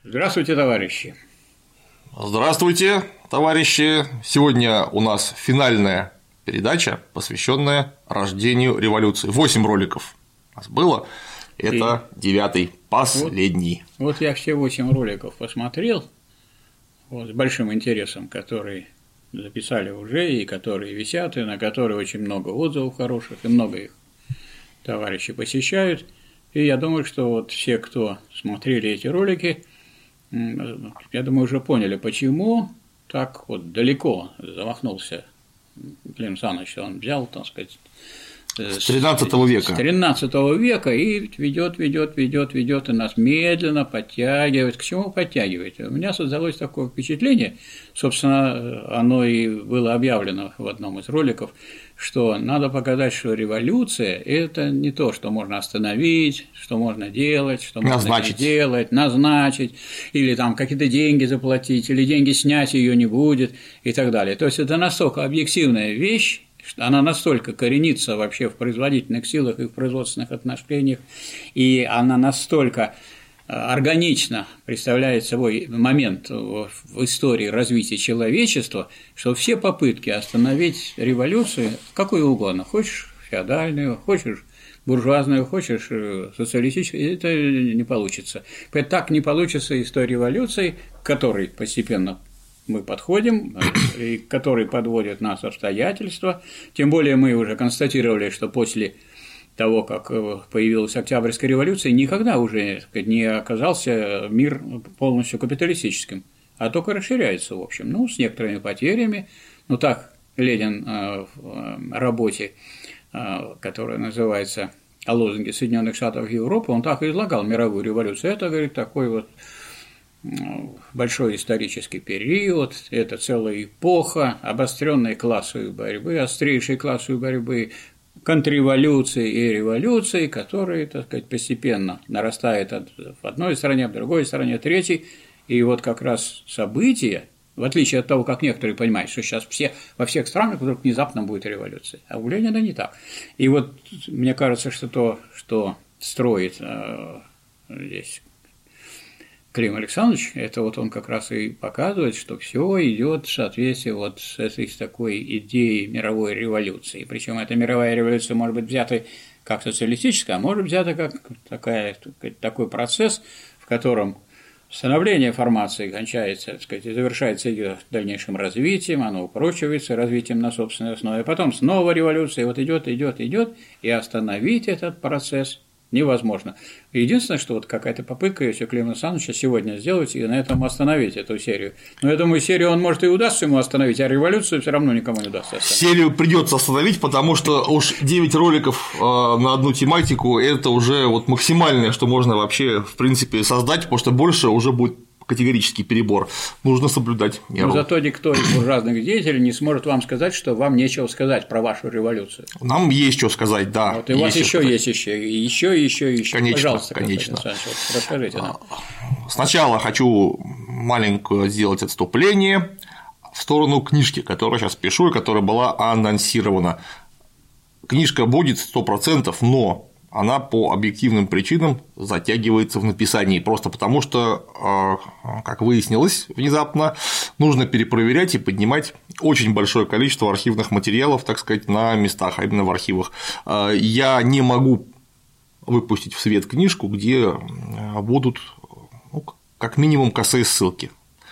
Здравствуйте, товарищи! Здравствуйте, товарищи! Сегодня у нас финальная передача, посвященная рождению революции. 8 роликов у нас было, это 9-й, последний. Вот я все 8 роликов посмотрел с большим интересом, которые записали уже и которые висят, и на которые очень много отзывов хороших, и много их товарищи посещают. И я думаю, что вот все, кто смотрели эти ролики, я думаю, уже поняли, почему так вот далеко замахнулся Клим Александрович. Он взял, так сказать, с 13 века. С 13 века и ведет, и нас медленно подтягивает. К чему подтягивает? У меня создалось такое впечатление, собственно, оно и было объявлено в одном из роликов, что надо показать, что революция – это не то, что можно остановить, что можно делать, что можно не делать, назначить, или там какие-то деньги заплатить, или деньги снять ее не будет и так далее. То есть это настолько объективная вещь, что она настолько коренится вообще в производительных силах и в производственных отношениях, и она настолько органично представляет собой момент в истории развития человечества, что все попытки остановить революцию, какую угодно, хочешь феодальную, хочешь буржуазную, хочешь социалистическую, это не получится. Так не получится и с той революцией, к которой постепенно мы подходим, и к которой подводят нас обстоятельства, тем более мы уже констатировали, что после того, как появилась Октябрьская революция, никогда уже не оказался мир полностью капиталистическим, а только расширяется, в общем, с некоторыми потерями. Так Ленин в работе, которая называется «О лозунге Соединенных Штатов Европы», он так и излагал мировую революцию. Это, говорит, такой вот большой исторический период, это целая эпоха обостренной классовой борьбы, острейшей классовой борьбы, контрреволюции и революции, которые, так сказать, постепенно нарастают в одной стране, в другой стране, третьей, и вот как раз события, в отличие от того, как некоторые понимают, что сейчас во всех странах вдруг внезапно будет революция, а у Ленина не так. И вот мне кажется, что то, что строит здесь Клим Александрович, это вот он как раз и показывает, что все идет в соответствии вот с этой такой идеей мировой революции. Причем эта мировая революция может быть взята как социалистическая, а может взята как такой процесс, в котором становление формации кончается, так сказать, и завершается ее дальнейшим развитием, оно упрочивается развитием на собственной основе, потом снова революция, вот идет, и остановить этот процесс невозможно. Единственное, что вот какая-то попытка, если Клима Александровича сегодня сделать и на этом остановить эту серию. Но я думаю, серию он может и удастся ему остановить, а революцию все равно никому не удастся остановить. Серию придется остановить, потому что уж 9 роликов на одну тематику – это уже вот максимальное, что можно вообще в принципе создать, потому что больше уже будет категорический перебор, нужно соблюдать меру. Но зато никто из буржуазных деятелей не сможет вам сказать, что вам нечего сказать про вашу революцию. Нам есть что сказать, да. Вот и у вас еще. Конечно, пожалуйста, конечно. Расскажите нам. Сначала хочу маленькое сделать отступление в сторону книжки, которую сейчас пишу и которая была анонсирована. Книжка будет 100%, но она по объективным причинам затягивается в написании, просто потому что, как выяснилось внезапно, нужно перепроверять и поднимать очень большое количество архивных материалов, так сказать, на местах, а именно в архивах. Я не могу выпустить в свет книжку, где будут как минимум косые ссылки,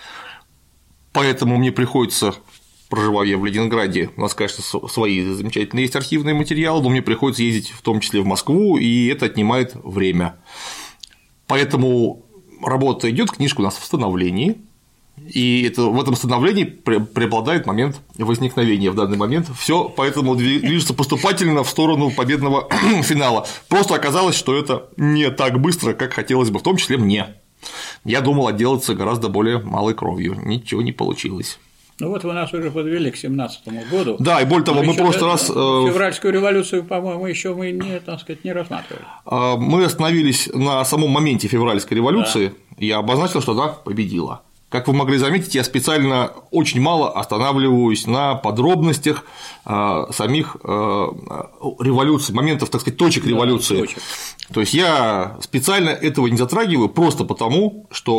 поэтому мне приходится, проживаю я в Ленинграде, у нас, конечно, свои замечательные есть архивные материалы, но мне приходится ездить в том числе в Москву, и это отнимает время. Поэтому работа идет, книжка у нас в становлении, и в этом становлении преобладает момент возникновения в данный момент. Все, поэтому движется поступательно в сторону победного финала. Просто оказалось, что это не так быстро, как хотелось бы, в том числе мне. Я думал отделаться гораздо более малой кровью, ничего не получилось. Вот вы нас уже подвели к 17 году. Да, и более того, мы просто раз… Февральскую революцию, по-моему, еще мы не рассматривали. Мы остановились на самом моменте февральской революции, да. Я обозначил, что она победила. Как вы могли заметить, я специально очень мало останавливаюсь на подробностях самих революций, моментов, так сказать, точек революции. Точек. То есть я специально этого не затрагиваю просто потому, что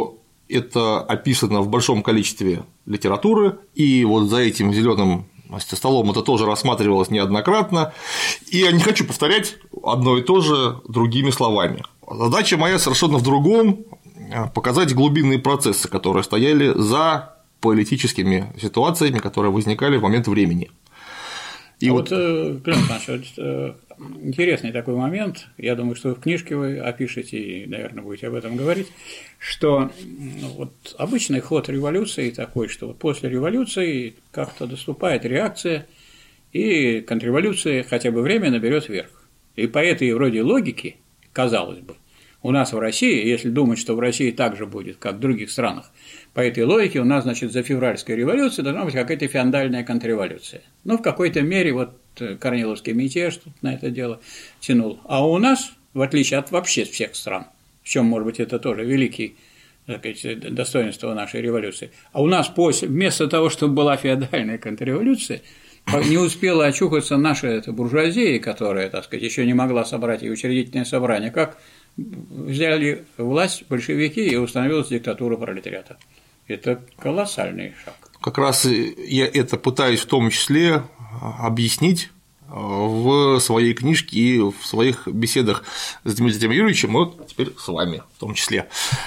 это описано в большом количестве литературы, и вот за этим зеленым столом это тоже рассматривалось неоднократно, и я не хочу повторять одно и то же другими словами. Задача моя совершенно в другом – показать глубинные процессы, которые стояли за политическими ситуациями, которые возникали в момент времени. И вот, Клим Александрович, интересный такой момент, я думаю, что в книжке вы опишете и, наверное, будете об этом говорить, что вот обычный ход революции такой, что вот после революции как-то доступает реакция, и контрреволюция хотя бы временно берет верх. И по этой вроде логике, казалось бы, у нас в России, если думать, что в России так же будет, как в других странах, по этой логике у нас, значит, за февральской революцией должна быть какая-то феодальная контрреволюция. Ну, в какой-то мере вот Корниловский мятеж тут на это дело тянул. А у нас, в отличие от вообще всех стран, в чем, может быть, это тоже великий, так сказать, достоинство нашей революции, а у нас вместо того, чтобы была феодальная контрреволюция, не успела очухаться наша буржуазия, которая, так сказать, еще не могла собрать и учредительное собрание, как взяли власть большевики и установилась диктатура пролетариата. Это колоссальный шаг. Как раз я это пытаюсь в том числе объяснить в своей книжке и в своих беседах с Дмитрием Юрьевичем, и вот теперь с вами в том числе.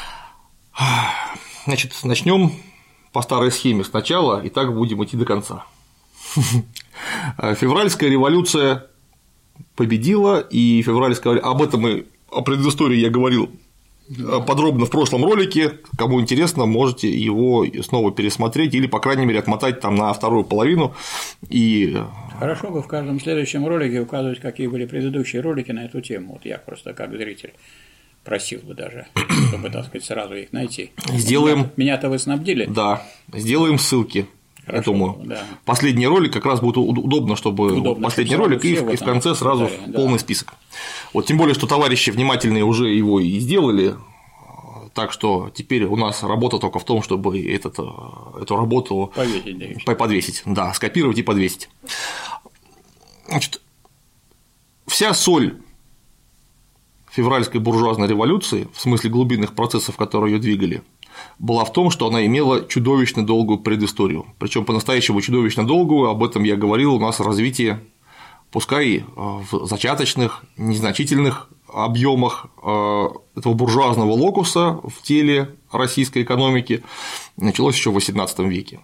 Значит, начнем по старой схеме сначала, и так будем идти до конца. Февральская революция победила, и февральская, об этом и о предыстории я говорил подробно в прошлом ролике. Кому интересно, можете его снова пересмотреть или, по крайней мере, отмотать там на вторую половину. И... Хорошо бы в каждом следующем ролике указывать, какие были предыдущие ролики на эту тему. Вот я просто как зритель просил бы даже, чтобы, так сказать, сразу их найти. Сделаем. Меня-то вы снабдили? Да, сделаем ссылки. Хорошо, я думаю, да. Последний ролик как раз будет удобно, чтобы последний ролик и в конце сразу полный список. Вот тем более, что товарищи внимательные уже его и сделали, так что теперь у нас работа только в том, чтобы эту работу подвесить, да, скопировать и подвесить. Значит, вся соль февральской буржуазной революции, в смысле глубинных процессов, которые ее двигали, была в том, что она имела чудовищно долгую предысторию. Причем по-настоящему чудовищно долгую, об этом я говорил, у нас развитие, пускай в зачаточных, незначительных объемах этого буржуазного локуса в теле российской экономики началось еще в XVIII веке.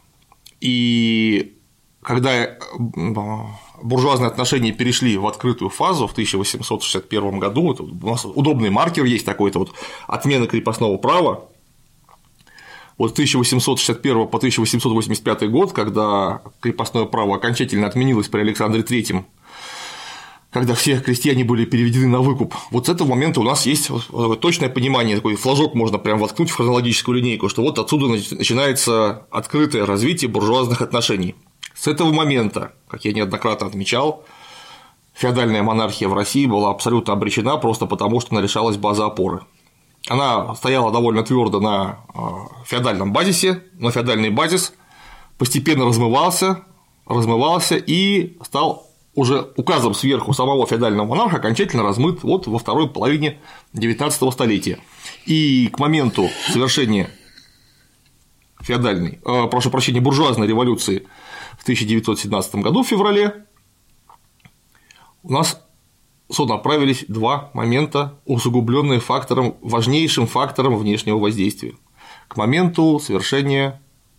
И когда буржуазные отношения перешли в открытую фазу в 1861 году, вот у нас удобный маркер есть такой-то вот отмена крепостного права. Вот с 1861 по 1885 год, когда крепостное право окончательно отменилось при Александре III, когда все крестьяне были переведены на выкуп, вот с этого момента у нас есть точное понимание, такой флажок можно прям воткнуть в хронологическую линейку, что вот отсюда начинается открытое развитие буржуазных отношений. С этого момента, как я неоднократно отмечал, феодальная монархия в России была абсолютно обречена просто потому, что она лишалась базы опоры. Она стояла довольно твердо на феодальном базисе, но феодальный базис постепенно размывался и стал уже указом сверху самого феодального монарха окончательно размыт вот во второй половине XIX столетия. И к моменту совершения буржуазной революции в 1917 году в феврале у нас сонаправились два момента, усугубленные важнейшим фактором внешнего воздействия. К моменту совершения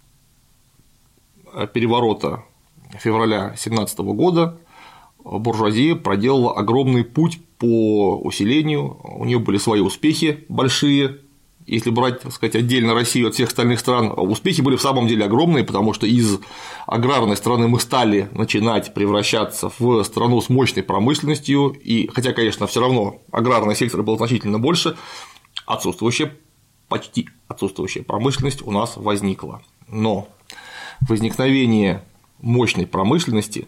переворота февраля 1917 года буржуазия проделала огромный путь по усилению, у нее были свои успехи большие. Если брать, так сказать, отдельно Россию от всех остальных стран, успехи были в самом деле огромные, потому что из аграрной страны мы стали начинать превращаться в страну с мощной промышленностью, и хотя, конечно, все равно аграрный сектор был значительно больше, почти отсутствующая промышленность у нас возникла. Но возникновение мощной промышленности,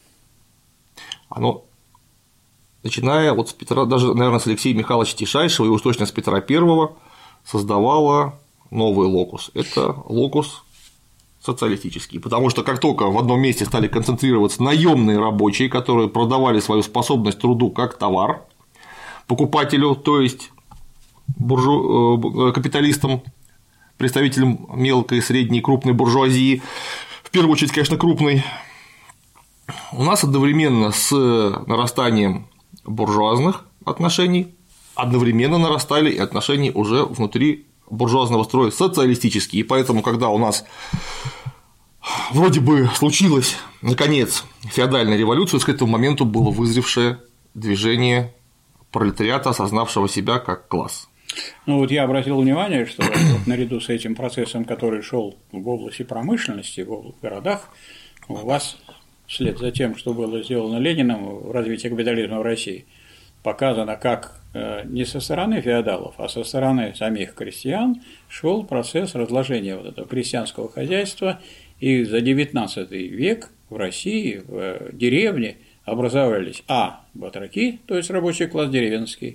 оно, начиная вот с Петра, даже, наверное, с Алексея Михайловича Тишайшего и уж точно с Петра I, создавала новый локус. Это локус социалистический, потому что как только в одном месте стали концентрироваться наемные рабочие, которые продавали свою способность труду как товар покупателю, то есть капиталистам, представителем мелкой, средней, крупной буржуазии, в первую очередь, конечно, крупной, у нас одновременно с нарастанием буржуазных отношений одновременно нарастали и отношения уже внутри буржуазного строя социалистические. И поэтому, когда у нас вроде бы случилась, наконец, феодальная революция, к этому моменту было вызревшее движение пролетариата, осознавшего себя как класс. Ну вот я обратил внимание, что наряду с этим процессом, который шел в области промышленности, в городах, у вас вслед за тем, что было сделано Лениным в развитии капитализма в России, показано, как не со стороны феодалов, а со стороны самих крестьян шел процесс разложения вот этого крестьянского хозяйства, и за XIX век в России, в деревне образовались батраки, то есть рабочий класс деревенский,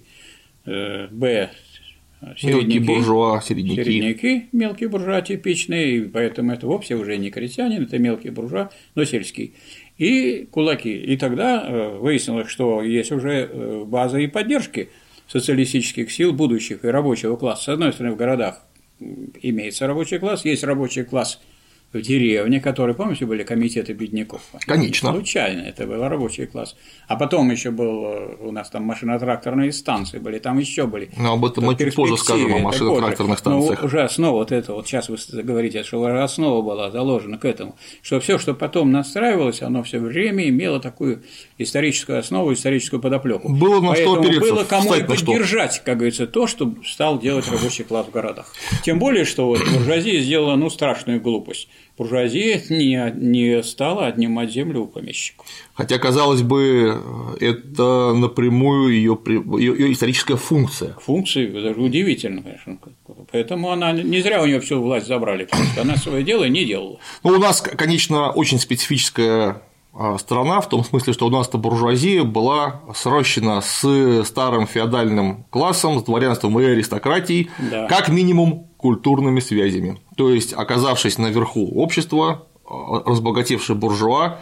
мелкие буржуа, середняки, мелкие буржуа типичные, и поэтому это вовсе уже не крестьянин, это мелкий буржуа, но сельский, и кулаки. И тогда выяснилось, что есть уже база и поддержки социалистических сил будущих и рабочего класса. С одной стороны, в городах имеется рабочий класс, есть рабочий класс в деревне, которые, помните, были комитеты бедняков? Конечно. Случайно, это был рабочий класс. А потом еще был у нас там машино-тракторные станции были, там еще были. Но об этом мы чуть позже скажем, о машино-тракторных станциях. Но уже основа вот это, вот сейчас вы говорите, что основа была заложена к этому, что все, что потом настраивалось, оно все время имело такую историческую основу, историческую подоплеку. Было на что опереться, было кому и поддержать, как говорится, то, что стал делать рабочий класс в городах. Тем более, что вот буржуазия сделала страшную глупость. Буржуазия не стала отнимать землю у помещиков. Хотя, казалось бы, это напрямую ее историческая функция. Функция, даже удивительно, конечно. Поэтому она не зря у нее всю власть забрали, потому что она свое дело не делала. Ну, у нас, конечно, очень специфическая страна, в том смысле, что у нас-то буржуазия была срощена с старым феодальным классом, с дворянством и аристократией, да, как минимум культурными связями. То есть, оказавшись наверху общества, разбогатевший буржуа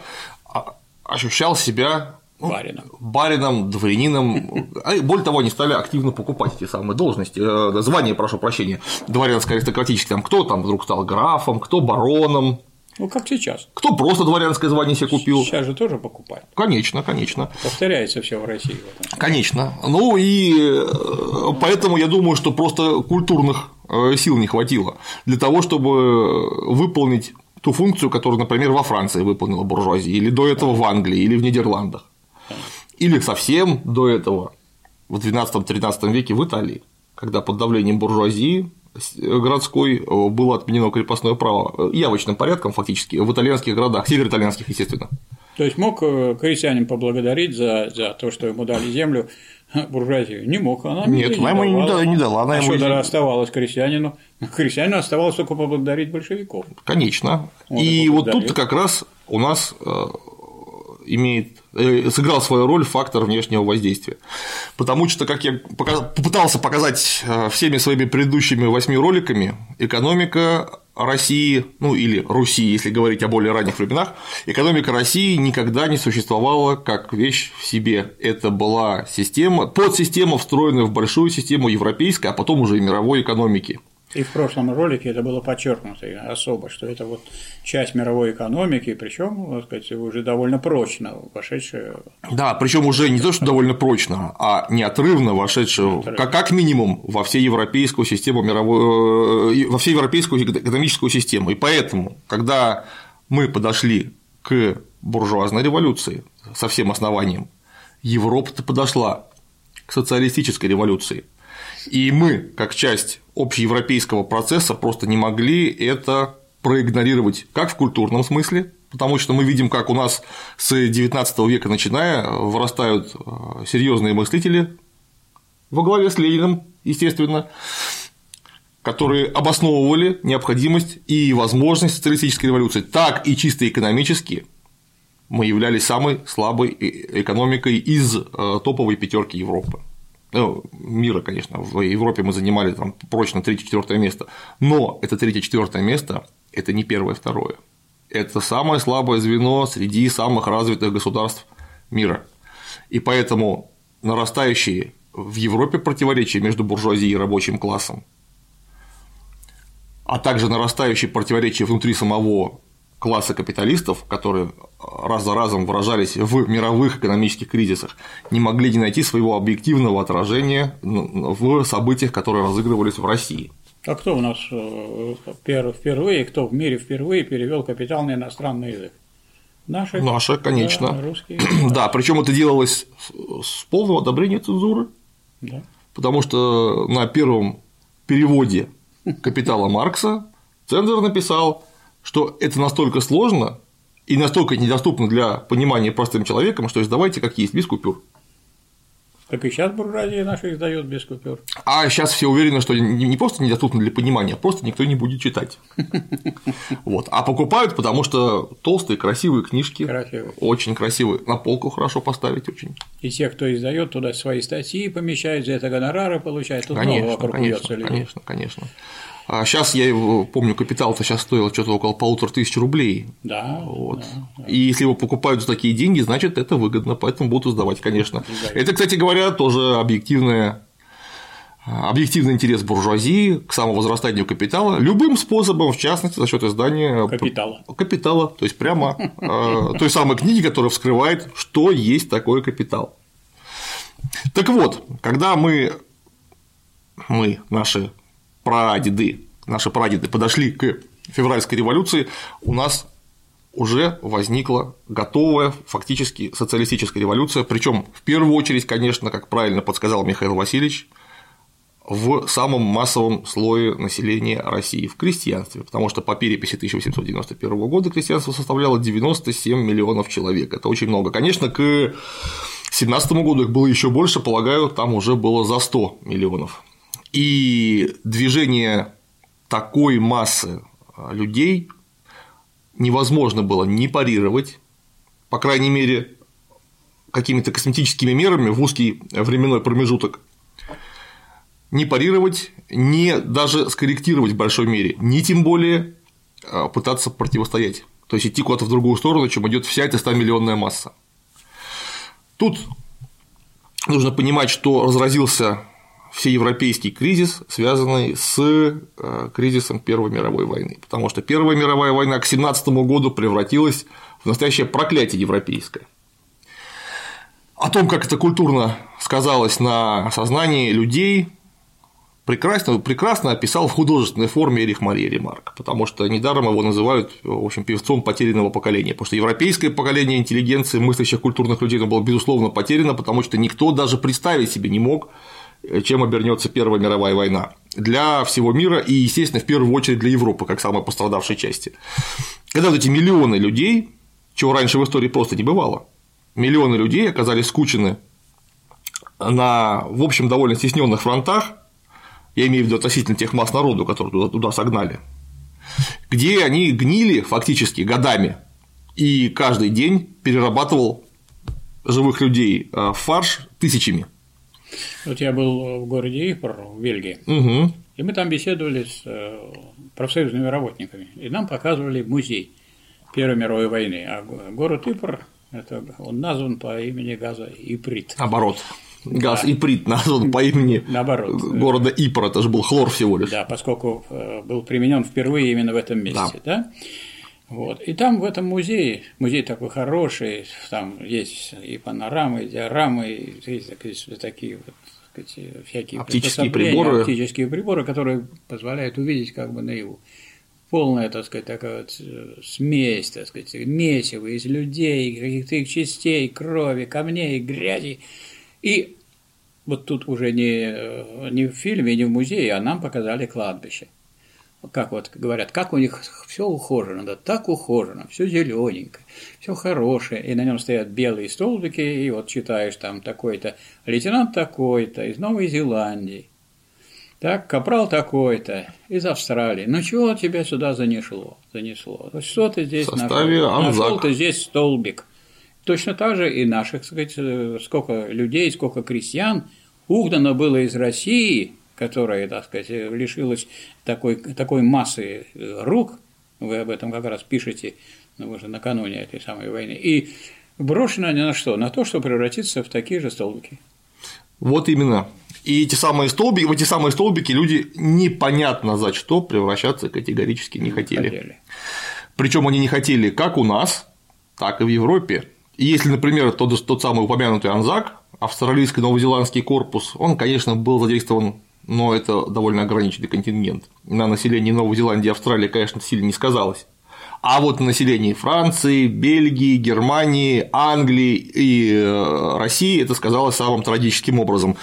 ощущал себя барином, дворянином. Более того, они стали активно покупать эти самые должности, звания, прошу прощения, дворянско-аристократические. Кто там вдруг стал графом, кто бароном. Ну, как сейчас. Кто просто дворянское звание себе купил. Сейчас же тоже покупают. Конечно, конечно. Повторяется все в России. Конечно. Ну и поэтому я думаю, что просто культурных сил не хватило для того, чтобы выполнить ту функцию, которую, например, во Франции выполнила буржуазия, или до этого в Англии, или в Нидерландах, или совсем до этого в XII-XIII веке в Италии, когда под давлением буржуазии городской было отменено крепостное право явочным порядком фактически в итальянских городах, североитальянских, естественно. То есть мог крестьянин поблагодарить за то, что ему дали землю, буржуазию? Не мог, она нет, она ему не дала. Она что тогда оставалось крестьянину? Крестьянину оставалось только поблагодарить большевиков. Конечно. И вот тут как раз у нас сыграл свою роль фактор внешнего воздействия. Потому что, как я попытался показать всеми своими предыдущими 8 роликами, экономика России, ну или Руси, если говорить о более ранних временах, экономика России никогда не существовала как вещь в себе. Это была система, подсистема, встроенная в большую систему европейской, а потом уже и мировой экономики. И в прошлом ролике это было подчеркнуто особо, что это вот часть мировой экономики, причем, так сказать, уже довольно прочно вошедшая. Да, причем уже не то, что довольно прочно, а неотрывно вошедшая, как минимум, во всеевропейскую систему во всеевропейскую экономическую систему. И поэтому, когда мы подошли к буржуазной революции со всем основанием, Европа-то подошла к социалистической революции. И мы, как часть общеевропейского процесса, просто не могли это проигнорировать как в культурном смысле, потому что мы видим, как у нас с XIX века начиная вырастают серьезные мыслители во главе с Лениным, естественно, которые обосновывали необходимость и возможность социалистической революции, так и чисто экономически мы являлись самой слабой экономикой из топовой пятерки Европы. Мира, конечно, в Европе мы занимали там прочно 3-4 место, но это 3-4 место – это не 1-2, это самое слабое звено среди самых развитых государств мира, и поэтому нарастающие в Европе противоречия между буржуазией и рабочим классом а также нарастающие противоречия внутри самого класса капиталистов, которые раз за разом выражались в мировых экономических кризисах, не могли не найти своего объективного отражения в событиях, которые разыгрывались в России. А кто у нас впервые, кто в мире впервые перевел «Капитал» на иностранный язык? Наши, конечно. Да, русские. Да, причем это делалось с полным одобрением цензуры, да. Потому что на первом переводе «Капитала» Маркса цензор написал, что это настолько сложно и настолько недоступно для понимания простым человеком, что издавайте как есть, без купюр. Так и сейчас буржуазия наша издает без купюр. А сейчас все уверены, что не просто недоступно для понимания, а просто никто не будет читать. Вот. А покупают, потому что толстые, красивые книжки, очень красивые, на полку хорошо поставить очень. И те, кто издает, туда свои статьи помещают, за это гонорары получают, тут много вокруг бьётся людей. Конечно. А сейчас я помню, «Капитал»-то сейчас стоил что-то около 1500 рублей. Да, вот. Да. И если его покупают за такие деньги, значит, это выгодно, поэтому будут издавать, конечно. Это, кстати говоря, тоже объективный интерес буржуазии к самовозрастанию капитала любым способом, в частности, за счет издания капитала, то есть прямо той самой книги, которая вскрывает, что есть такое капитал. Так вот, когда наши прадеды подошли к февральской революции, у нас уже возникла готовая фактически социалистическая революция, причем в первую очередь, конечно, как правильно подсказал Михаил Васильевич, в самом массовом слое населения России, в крестьянстве, потому что по переписи 1891 года крестьянство составляло 97 миллионов человек, это очень много. Конечно, к 1917 году их было еще больше, полагаю, там уже было за 100 миллионов. И движение такой массы людей невозможно было ни парировать, по крайней мере, какими-то косметическими мерами в узкий временной промежуток, ни парировать, ни даже скорректировать в большой мере, ни тем более пытаться противостоять, то есть идти куда-то в другую сторону, чем идет вся эта 100-миллионная масса. Тут нужно понимать, что разразился всеевропейский кризис, связанный с кризисом Первой мировой войны, потому что Первая мировая война к 1917 году превратилась в настоящее проклятие европейское. О том, как это культурно сказалось на сознании людей, прекрасно описал в художественной форме Эрих Мария Ремарк, потому что недаром его называют, в общем, певцом потерянного поколения, потому что европейское поколение интеллигенции, мыслящих культурных людей было, безусловно, потеряно, потому что никто даже представить себе не мог, чем обернется Первая мировая война для всего мира и, естественно, в первую очередь для Европы, как самой пострадавшей части. Когда вот эти миллионы людей, чего раньше в истории просто не бывало, миллионы людей оказались скучены на, в общем, довольно стесненных фронтах, я имею в виду относительно тех масс народу, которые туда согнали, где они гнили фактически годами, и каждый день перерабатывал живых людей в фарш тысячами. Вот я был в городе Ипр, в Бельгии, и мы там беседовали с профсоюзными работниками, и нам показывали музей Первой мировой войны. А город Ипр, он назван по имени газа Иприт. Наоборот. Газ Иприт назван по имени города Ипр, это же был хлор всего лишь. Да, поскольку был применен впервые именно в этом месте, да? Вот. И там в этом музей такой хороший, там есть и панорамы, и диорамы, и есть такие вот, всякие оптические приборы, которые позволяют увидеть как бы наяву. Полная, так сказать, такая вот смесь, так сказать, месиво из людей, каких-то их частей, крови, камней, грязи. И вот тут уже не в фильме, не в музее, а нам показали кладбище. Как вот говорят, как у них все ухожено, да так ухожено, все зелененько, все хорошее, и на нем стоят белые столбики, и вот читаешь там такой-то лейтенант такой-то из Новой Зеландии, так, капрал такой-то из Австралии. Ну чего тебя сюда занесло? Что ты здесь нашел ты здесь столбик. Точно так же и наших, так сказать, сколько людей, сколько крестьян угнано было из России, которая, так сказать, лишилась такой массы рук, вы об этом как раз пишете, уже накануне этой самой войны, и брошено ни на что, на то, чтобы превратиться в такие же столбики. Вот именно. И в эти самые столбики люди непонятно за что превращаться категорически не хотели. Причем они не хотели как у нас, так и в Европе. И если, например, тот самый упомянутый Анзак, австралийско-новозеландский корпус, он, конечно, был задействован, но это довольно ограниченный контингент. На населении Новой Зеландии и Австралии, конечно, сильно не сказалось. А вот на населении Франции, Бельгии, Германии, Англии и России это сказалось самым трагическим образом.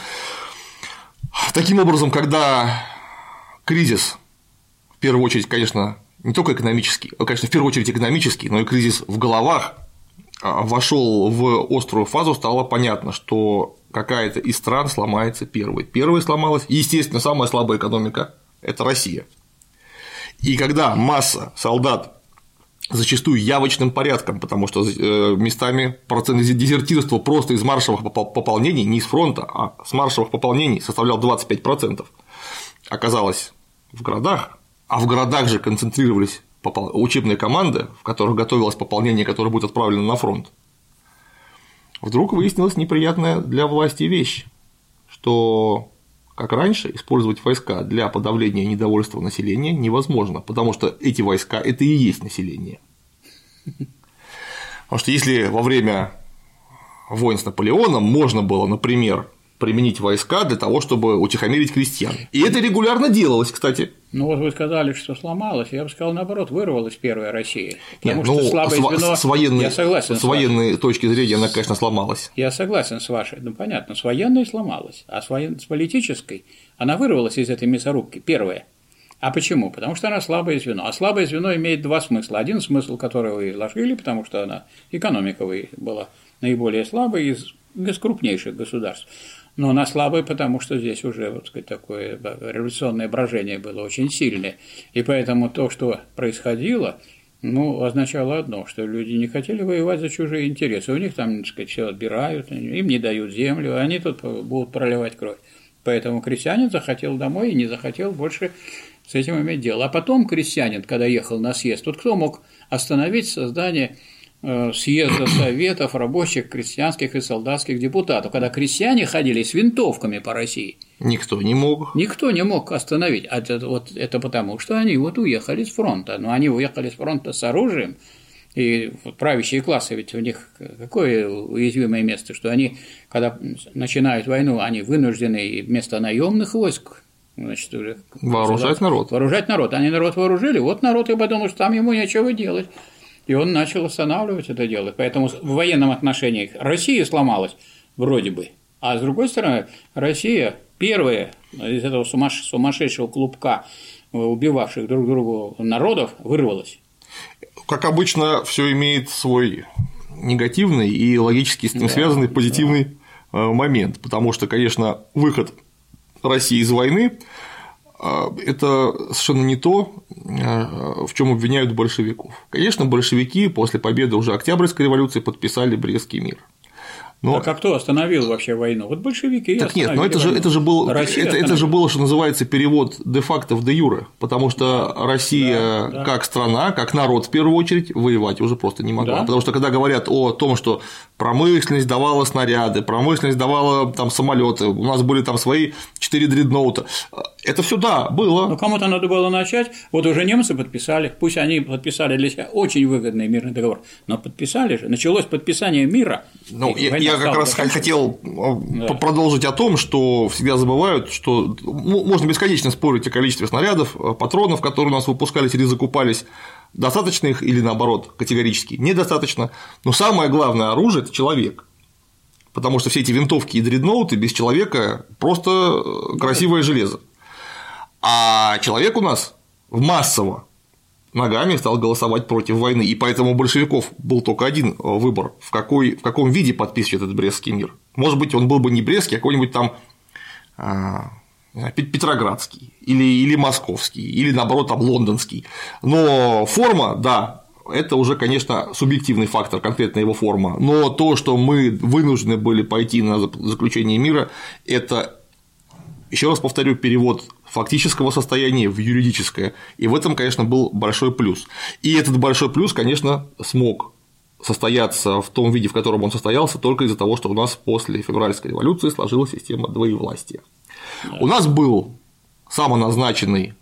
Таким образом, когда кризис, в первую очередь, конечно, не только экономический, конечно, в первую очередь экономический, но и кризис в головах вошел в острую фазу, стало понятно, что какая-то из стран сломается первой. Первой сломалась, естественно, самая слабая экономика – это Россия. И когда масса солдат, зачастую явочным порядком, потому что местами процент дезертирства просто из маршевых пополнений, не из фронта, а с маршевых пополнений составлял 25%, оказалось в городах, а в городах же концентрировались учебные команды, в которых готовилось пополнение, которое будет отправлено на фронт. Вдруг выяснилась неприятная для власти вещь, что, как раньше, использовать войска для подавления недовольства населения невозможно, потому что эти войска – это и есть население. Потому что если во время войн с Наполеоном можно было, например, применить войска для того, чтобы утихомирить крестьян. И это регулярно делалось, кстати. Ну вот вы сказали, что сломалась, я бы сказал, наоборот, вырвалась первая Россия. Потому что слабое звено, с военной точки зрения она, конечно, сломалась. Я согласен с вашей, ну понятно, с военной сломалась, а с политической она вырвалась из этой мясорубки, первая. А почему? Потому что она слабое звено. А слабое звено имеет два смысла. Один смысл, который вы изложили, потому что она экономика была наиболее слабой из крупнейших государств. Но она слабая, потому что здесь уже, вот сказать, такое революционное брожение было очень сильное. И поэтому то, что происходило, означало одно, что люди не хотели воевать за чужие интересы. У них там, так сказать, все отбирают, им не дают землю, они тут будут проливать кровь. Поэтому крестьянин захотел домой и не захотел больше с этим иметь дело. А потом крестьянин, когда ехал на съезд, тут кто мог остановить создание съезда советов рабочих, крестьянских и солдатских депутатов, когда крестьяне ходили с винтовками по России? Никто не мог. Никто не мог остановить. Это потому, что они уехали с фронта. Но они уехали с фронта с оружием, и правящие классы, ведь у них какое уязвимое место, что они, когда начинают войну, они вынуждены вместо наемных войск, значит, уже вооружать народ. Вооружать народ. Они народ вооружили, вот народ и подумал, что там ему нечего делать. И он начал останавливать это дело. Поэтому в военном отношении Россия сломалась вроде бы, а с другой стороны Россия первая из этого сумасшедшего клубка убивавших друг друга народов вырвалась. Как обычно, все имеет свой негативный и логически с ним связанный позитивный момент, потому что, конечно, выход России из войны – это совершенно не то, в чем обвиняют большевиков. Конечно, большевики после победы уже Октябрьской революции подписали Брестский мир. Но... Так а кто остановил вообще войну? Вот большевики. Так нет, но это же было, что называется, перевод де-факто в де-юре, потому что Россия как страна, как народ в первую очередь воевать уже просто не могла. Да. Потому что когда говорят о том, что промышленность давала снаряды, промышленность давала там самолеты, у нас были там свои 4 дредноута. Это все да, было. Но кому-то надо было начать. Вот уже немцы подписали, пусть они подписали для себя очень выгодный мирный договор, но подписали же, началось подписание мира. Ну, я как раз хотел продолжить о том, что всегда забывают, что можно бесконечно спорить о количестве снарядов, патронов, которые у нас выпускались или закупались, достаточно их или наоборот категорически недостаточно, но самое главное оружие – это человек. Потому что все эти винтовки и дредноуты без человека просто красивое железо. А человек у нас массово ногами стал голосовать против войны, и поэтому у большевиков был только один выбор – в каком виде подписывать этот Брестский мир. Может быть, он был бы не Брестский, а какой-нибудь там Петроградский или Московский, или наоборот там Лондонский. Но форма, да, это уже, конечно, субъективный фактор, конкретно его форма. Но то, что мы вынуждены были пойти на заключение мира, это, еще раз повторю, перевод фактического состояния в юридическое. И в этом, конечно, был большой плюс. И этот большой плюс, конечно, смог состояться в том виде, в котором он состоялся, только из-за того, что у нас после февральской революции сложилась система двоевластия. У нас был самоназначенный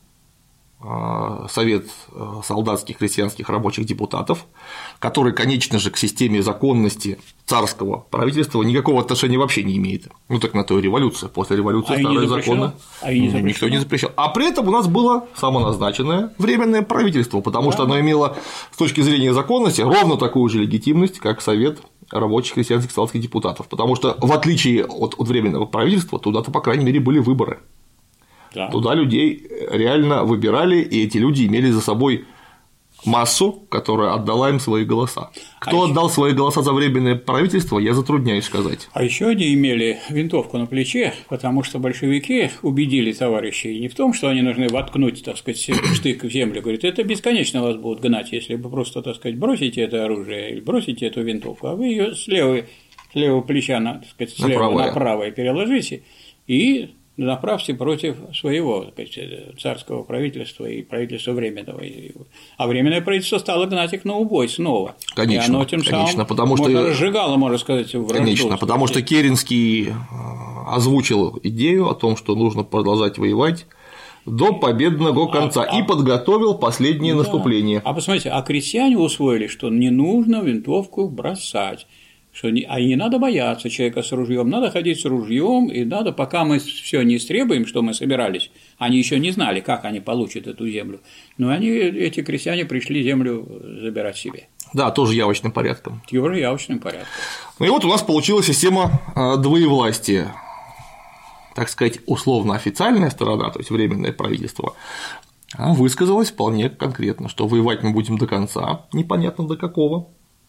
Совет солдатских крестьянских рабочих депутатов, который, конечно же, к системе законности царского правительства никакого отношения вообще не имеет. Ну так на то и революция. После революции старые законы никто не запрещал. А при этом у нас было самоназначенное временное правительство, потому что оно имело с точки зрения законности ровно такую же легитимность, как Совет рабочих крестьянских солдатских депутатов. Потому что, в отличие от временного правительства, туда-то, по крайней мере, были выборы. Да. Туда людей реально выбирали, и эти люди имели за собой массу, которая отдала им свои голоса. Кто отдал свои голоса за временное правительство, я затрудняюсь сказать. А еще они имели винтовку на плече, потому что большевики убедили товарищей не в том, что они должны воткнуть, так сказать, штык в землю. Говорят, это бесконечно вас будут гнать, если вы просто, так сказать, бросите это оружие или бросите эту винтовку, а вы ее с левого плеча, так сказать, слева на правое переложите и направьте против своего, так сказать, царского правительства и правительства временного. А временное правительство стало гнать их на убой снова. Конечно, и оно тем самым потому что разжигало, можно сказать, вражду. Конечно, потому что Керенский озвучил идею о том, что нужно продолжать воевать до победного конца и подготовил последнее наступление. А посмотрите, а крестьяне усвоили, что не нужно винтовку бросать. А не надо бояться человека с ружьем, надо ходить с ружьем, и надо, пока мы все не истребуем, что мы собирались, они еще не знали, как они получат эту землю, но эти крестьяне пришли землю забирать себе. Да, тоже явочным порядком. Тоже явочным порядком. Ну и вот у нас получилась система двоевластия, так сказать, условно-официальная сторона, то есть временное правительство, высказалась вполне конкретно, что воевать мы будем до конца, непонятно до какого.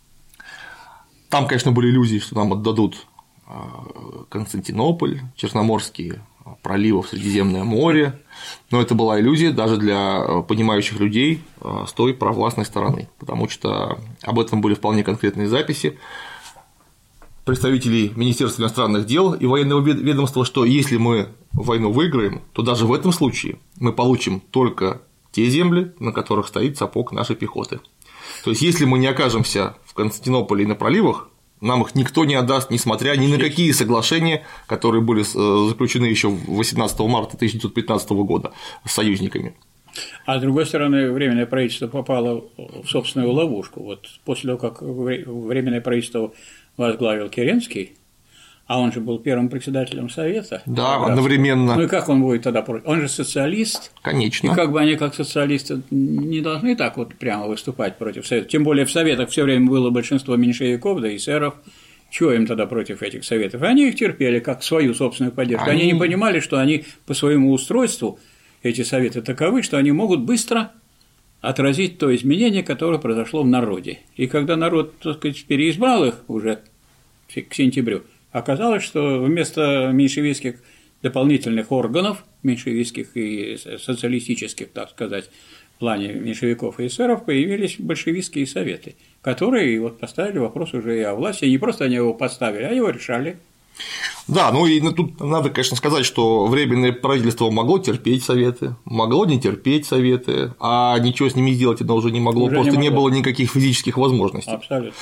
Там, конечно, были иллюзии, что нам отдадут Константинополь, Черноморские проливы в Средиземное море, но это была иллюзия даже для понимающих людей с той провластной стороны, потому что об этом были вполне конкретные записи представителей Министерства иностранных дел и военного ведомства, что если мы войну выиграем, то даже в этом случае мы получим только те земли, на которых стоит сапог нашей пехоты. То есть, если мы не окажемся в Константинополе и на проливах, нам их никто не отдаст, несмотря ни на какие соглашения, которые были заключены еще 18 марта 1915 года с союзниками. А с другой стороны, Временное правительство попало в собственную ловушку. Вот после того, как Временное правительство возглавил Керенский, а он же был первым председателем Совета. Да, одновременно. Ну и как он будет тогда против? Он же социалист. Конечно. И как бы они, как социалисты, не должны так вот прямо выступать против Совета. Тем более в Советах все время было большинство меньшевиков, да эсеров. Чего им тогда против этих Советов? Они их терпели как свою собственную поддержку. Они не понимали, что они по своему устройству, эти Советы, таковы, что они могут быстро отразить то изменение, которое произошло в народе. И когда народ, так сказать, переизбрал их уже к сентябрю, оказалось, что вместо меньшевистских дополнительных органов, меньшевистских и социалистических, так сказать, в плане меньшевиков и эсеров, появились большевистские советы, которые вот поставили вопрос уже и о власти, и не просто они его поставили, а его решали. Да, ну и тут надо, конечно, сказать, что Временное правительство могло терпеть советы, могло не терпеть советы, а ничего с ними сделать оно уже не могло, уже просто не было никаких физических возможностей. Абсолютно.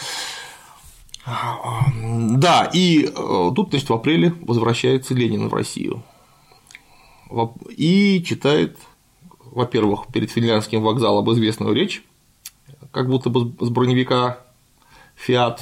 Да, и тут, значит, в апреле возвращается Ленин в Россию и читает, во-первых, перед Финляндским вокзалом известную речь, как будто бы с броневика «Фиат»,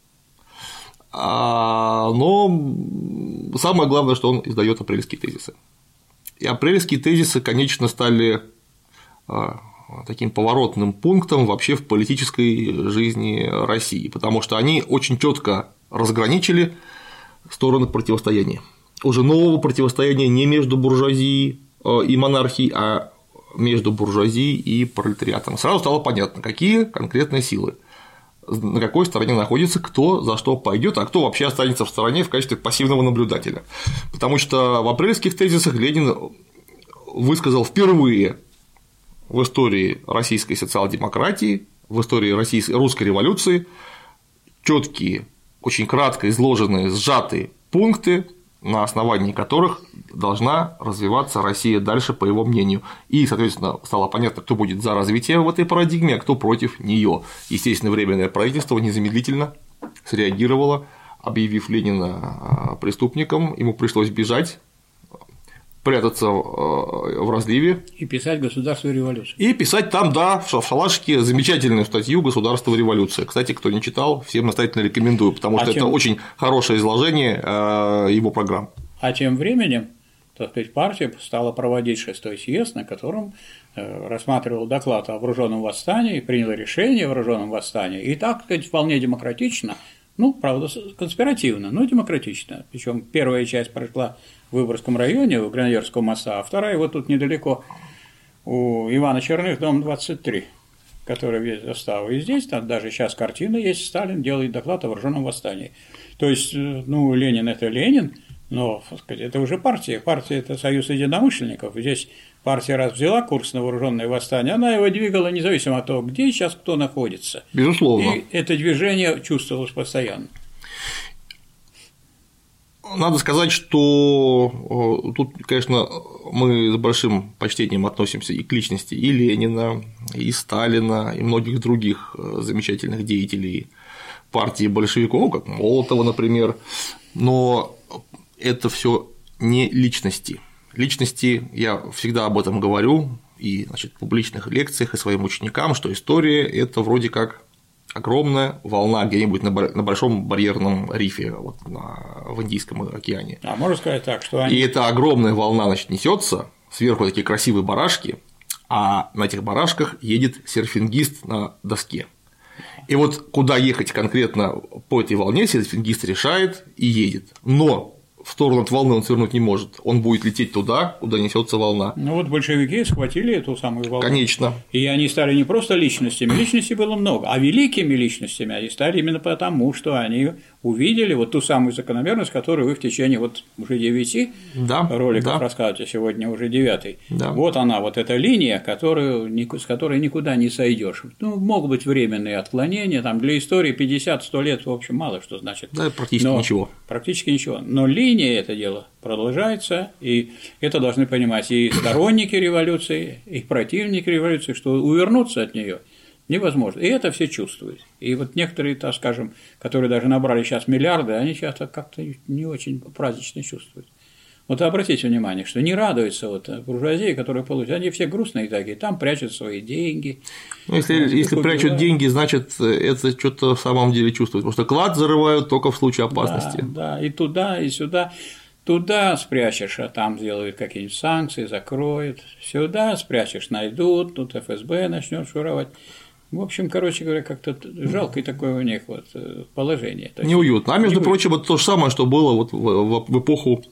но самое главное, что он издает апрельские тезисы. И апрельские тезисы, конечно, стали таким поворотным пунктом вообще в политической жизни России, потому что они очень четко разграничили стороны противостояния. Уже нового противостояния не между буржуазией и монархией, а между буржуазией и пролетариатом. Сразу стало понятно, какие конкретные силы, на какой стороне находится, кто за что пойдет, а кто вообще останется в стороне в качестве пассивного наблюдателя. Потому что в апрельских тезисах Ленин высказал впервые в истории российской социал-демократии, в истории русской революции четкие, очень кратко изложенные, сжатые пункты, на основании которых должна развиваться Россия дальше, по его мнению. И, соответственно, стало понятно, кто будет за развитие в этой парадигме, а кто против нее. Естественно, Временное правительство незамедлительно среагировало, объявив Ленина преступником, ему пришлось бежать. прятаться в разливе. И писать «Государство и революция». И писать там, да, в шалашике замечательную статью «Государство и революция». Кстати, кто не читал, всем настоятельно рекомендую, потому что это очень хорошее изложение его программ. А тем временем, так сказать, партия стала проводить 6-й съезд, на котором рассматривал доклад о вооруженном восстании, приняла решение о вооруженном восстании, и так сказать, вполне демократично, ну, правда, конспиративно, но демократично. Причем первая часть прошла в Выборгском районе, у Гренадерского моста, а вторая вот тут недалеко у Ивана Черных, дом 23, который весь заставу. И здесь там даже сейчас картина есть, Сталин делает доклад о вооруженном восстании. То есть, ну, Ленин – это Ленин, но, так сказать, это уже партия. Партия – это союз единомышленников. Здесь партия, раз взяла курс на вооруженное восстание, она его двигала независимо от того, где сейчас кто находится. Безусловно. И это движение чувствовалось постоянно. Надо сказать, что тут, конечно, мы с большим почтением относимся и к личности и Ленина, и Сталина, и многих других замечательных деятелей партии большевиков, как Молотова, например, но это все не личности. Личности, я всегда об этом говорю, и значит, в публичных лекциях, и своим ученикам, что история – это вроде как огромная волна где-нибудь на большом барьерном рифе вот, в Индийском океане. А можно сказать так, что они… И эта огромная волна, значит, несется, сверху такие красивые барашки, а на этих барашках едет серфингист на доске. И вот куда ехать конкретно по этой волне, серфингист решает и едет. Но в сторону от волны он свернуть не может, он будет лететь туда, куда несется волна. Ну вот большевики схватили эту самую волну. Конечно. И они стали не просто личностями, личностей было много, а великими личностями они стали именно потому, что они увидели вот ту самую закономерность, которую вы в течение вот уже 9 роликов рассказываете, сегодня уже 9. Да. Вот она, вот эта линия, с которой никуда не сойдешь. Ну, могут быть временные отклонения, там для истории 50-100 лет, в общем, мало что значит. Да, практически ничего. Практически ничего. Но линия это дело продолжается, и это должны понимать и сторонники революции, и противники революции, что увернуться от нее невозможно. И это все чувствуют. И вот некоторые, так скажем, которые даже набрали сейчас миллиарды, они часто как-то не очень празднично чувствуют. Вот обратите внимание, что не радуются вот буржуазии, которые получают, они все грустные такие, там прячут свои деньги. Ну, если прячут деньги, значит, это что-то в самом деле чувствуют, потому что клад зарывают только в случае опасности. Да, и туда, и сюда. Туда спрячешь, а там сделают какие-нибудь санкции, закроют. Сюда спрячешь, найдут, тут ФСБ начнет шуровать. В общем, короче говоря, как-то жалкое такое у них вот положение. Неуютно. А между прочим, это то же самое, что было вот в эпоху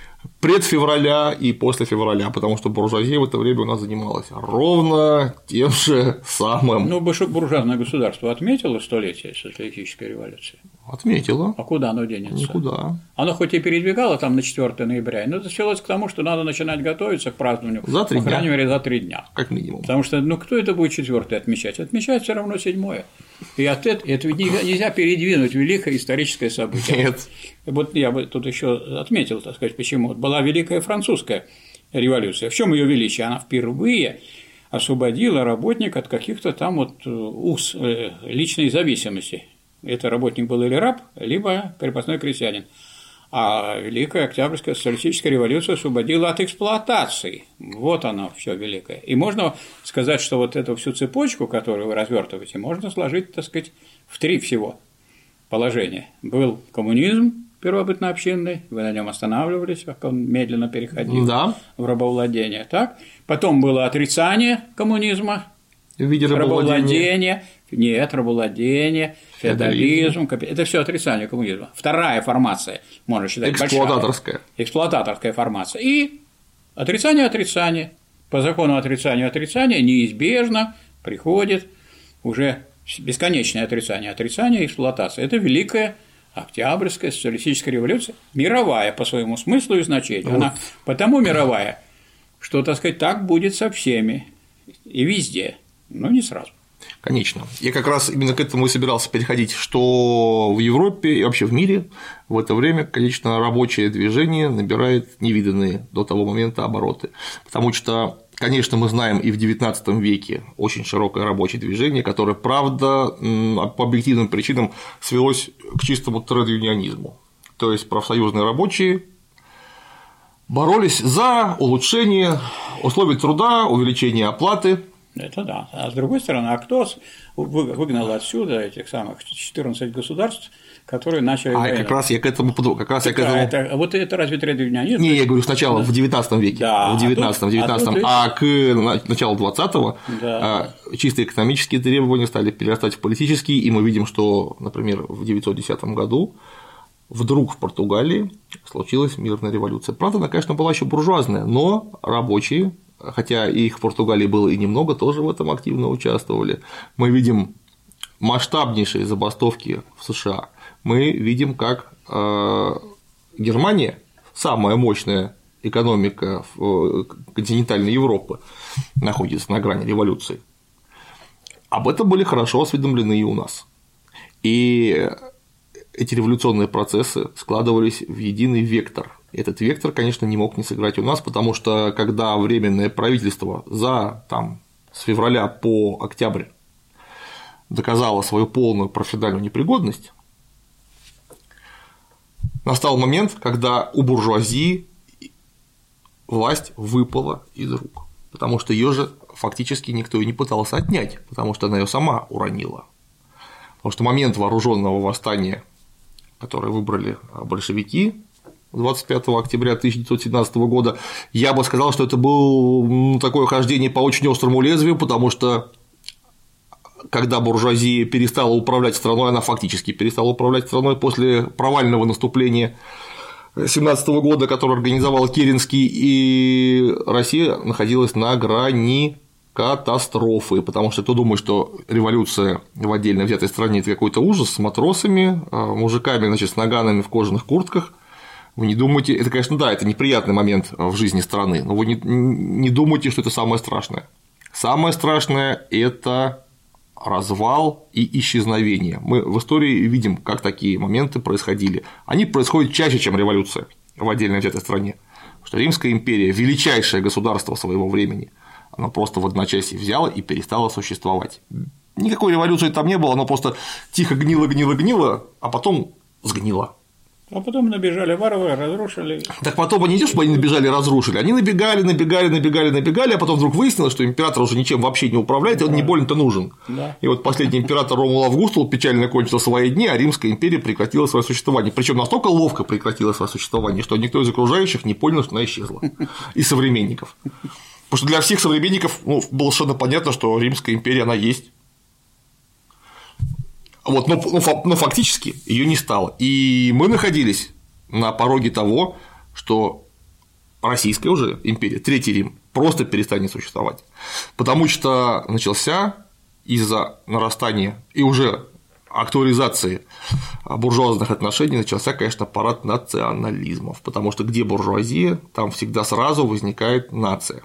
предфевраля и после февраля, потому что буржуазия в это время у нас занималась ровно тем же самым. Ну, буржуазное государство отметило столетие социалистической революции? Отметило. А куда оно денется? Никуда. Оно хоть и передвигало там на 4 ноября, но это свелось к тому, что надо начинать готовиться к празднованию, за 3 дня. По крайней мере, за 3 дня. Как минимум. Потому что, ну, кто это будет 4-й отмечать? Отмечать все равно 7-е. И это ведь нельзя передвинуть великое историческое событие. Нет. Вот я бы тут еще отметил, так сказать, почему. Вот была Великая Французская революция. В чем ее величие? Она впервые освободила работника от каких-то там вот уз личной зависимости. Это работник был или раб, либо крепостной крестьянин. А Великая Октябрьская социалистическая революция освободила от эксплуатации. Вот оно все великое. И можно сказать, что вот эту всю цепочку, которую вы развертываете, можно сложить, так сказать, в 3 всего положения. Был коммунизм первобытно-общинный, вы на нем останавливались, как он медленно переходил в рабовладение. Так? Потом было отрицание коммунизма, в виде рабовладения. Нет, рабовладение, феодализм, это все отрицание коммунизма. Вторая формация, можно считать, эксплуататорская. Эксплуататорская формация. И отрицание. По закону отрицания неизбежно приходит уже бесконечное отрицание и эксплуатация. Это Великая Октябрьская социалистическая революция, мировая по своему смыслу и значению. Она потому мировая, что, так сказать, так будет со всеми и везде, но не сразу. Конечно. Я как раз именно к этому и собирался переходить, что в Европе и вообще в мире в это время, конечно, рабочее движение набирает невиданные до того момента обороты, потому что, конечно, мы знаем и в XIX веке очень широкое рабочее движение, которое, правда, по объективным причинам свелось к чистому тред-юнионизму, то есть профсоюзные рабочие боролись за улучшение условий труда, увеличение оплаты. Это да. А с другой стороны, кто выгнал отсюда этих самых 14 государств, которые начали войну? Как раз я к этому Вот это разве требования нет? Не, я говорю сначала в 19 веке, да, в 19-м, а к началу 20-го да. Чисто экономические требования стали перерастать в политические, и мы видим, что, например, в 910 году вдруг в Португалии случилась мирная революция. Правда, она, конечно, была еще буржуазная, но рабочие, хотя их в Португалии было и немного, тоже в этом активно участвовали. Мы видим масштабнейшие забастовки в США. Мы видим, как Германия, самая мощная экономика континентальной Европы, находится на грани революции. Об этом были хорошо осведомлены и у нас. И эти революционные процессы складывались в единый вектор. Этот вектор, конечно, не мог не сыграть у нас, потому что когда Временное правительство с февраля по октябрь доказало свою полную профессиональную непригодность, настал момент, когда у буржуазии власть выпала из рук, потому что ее же фактически никто и не пытался отнять, потому что она ее сама уронила. Потому что момент вооруженного восстания, который выбрали большевики 25 октября 1917 года, я бы сказал, что это было такое хождение по очень острому лезвию, потому что когда буржуазия перестала управлять страной, она фактически перестала управлять страной после провального наступления 1917 года, которое организовал Керенский, и Россия находилась на грани катастрофы, потому что кто думает, что революция в отдельно взятой стране – это какой-то ужас с матросами, мужиками, значит, с наганами в кожаных куртках, вы не думайте, это, конечно, да, это неприятный момент в жизни страны, но вы не думайте, что это самое страшное. Самое страшное – это развал и исчезновение. Мы в истории видим, как такие моменты происходили. Они происходят чаще, чем революция в отдельно взятой стране. Потому что Римская империя – величайшее государство своего времени. Оно просто в одночасье взяло и перестало существовать. Никакой революции там не было, оно просто тихо гнило, а потом сгнило. А потом набежали варвары, разрушили. Так потом они не то, чтобы они набежали и разрушили, они набегали, а потом вдруг выяснилось, что император уже ничем вообще не управляет, и он не больно-то нужен. Да. И вот последний император Ромул Августул печально кончил свои дни, а Римская империя прекратила свое существование. Причем настолько ловко прекратила свое существование, что никто из окружающих не понял, что она исчезла. И современников. Потому что для всех современников было совершенно понятно, что Римская империя она есть. Вот, но фактически ее не стало. И мы находились на пороге того, что Российская уже империя, Третий Рим, просто перестанет существовать. Потому что начался из-за нарастания и уже актуализации буржуазных отношений начался, конечно, парад национализмов. Потому что где буржуазия, там всегда сразу возникает нация.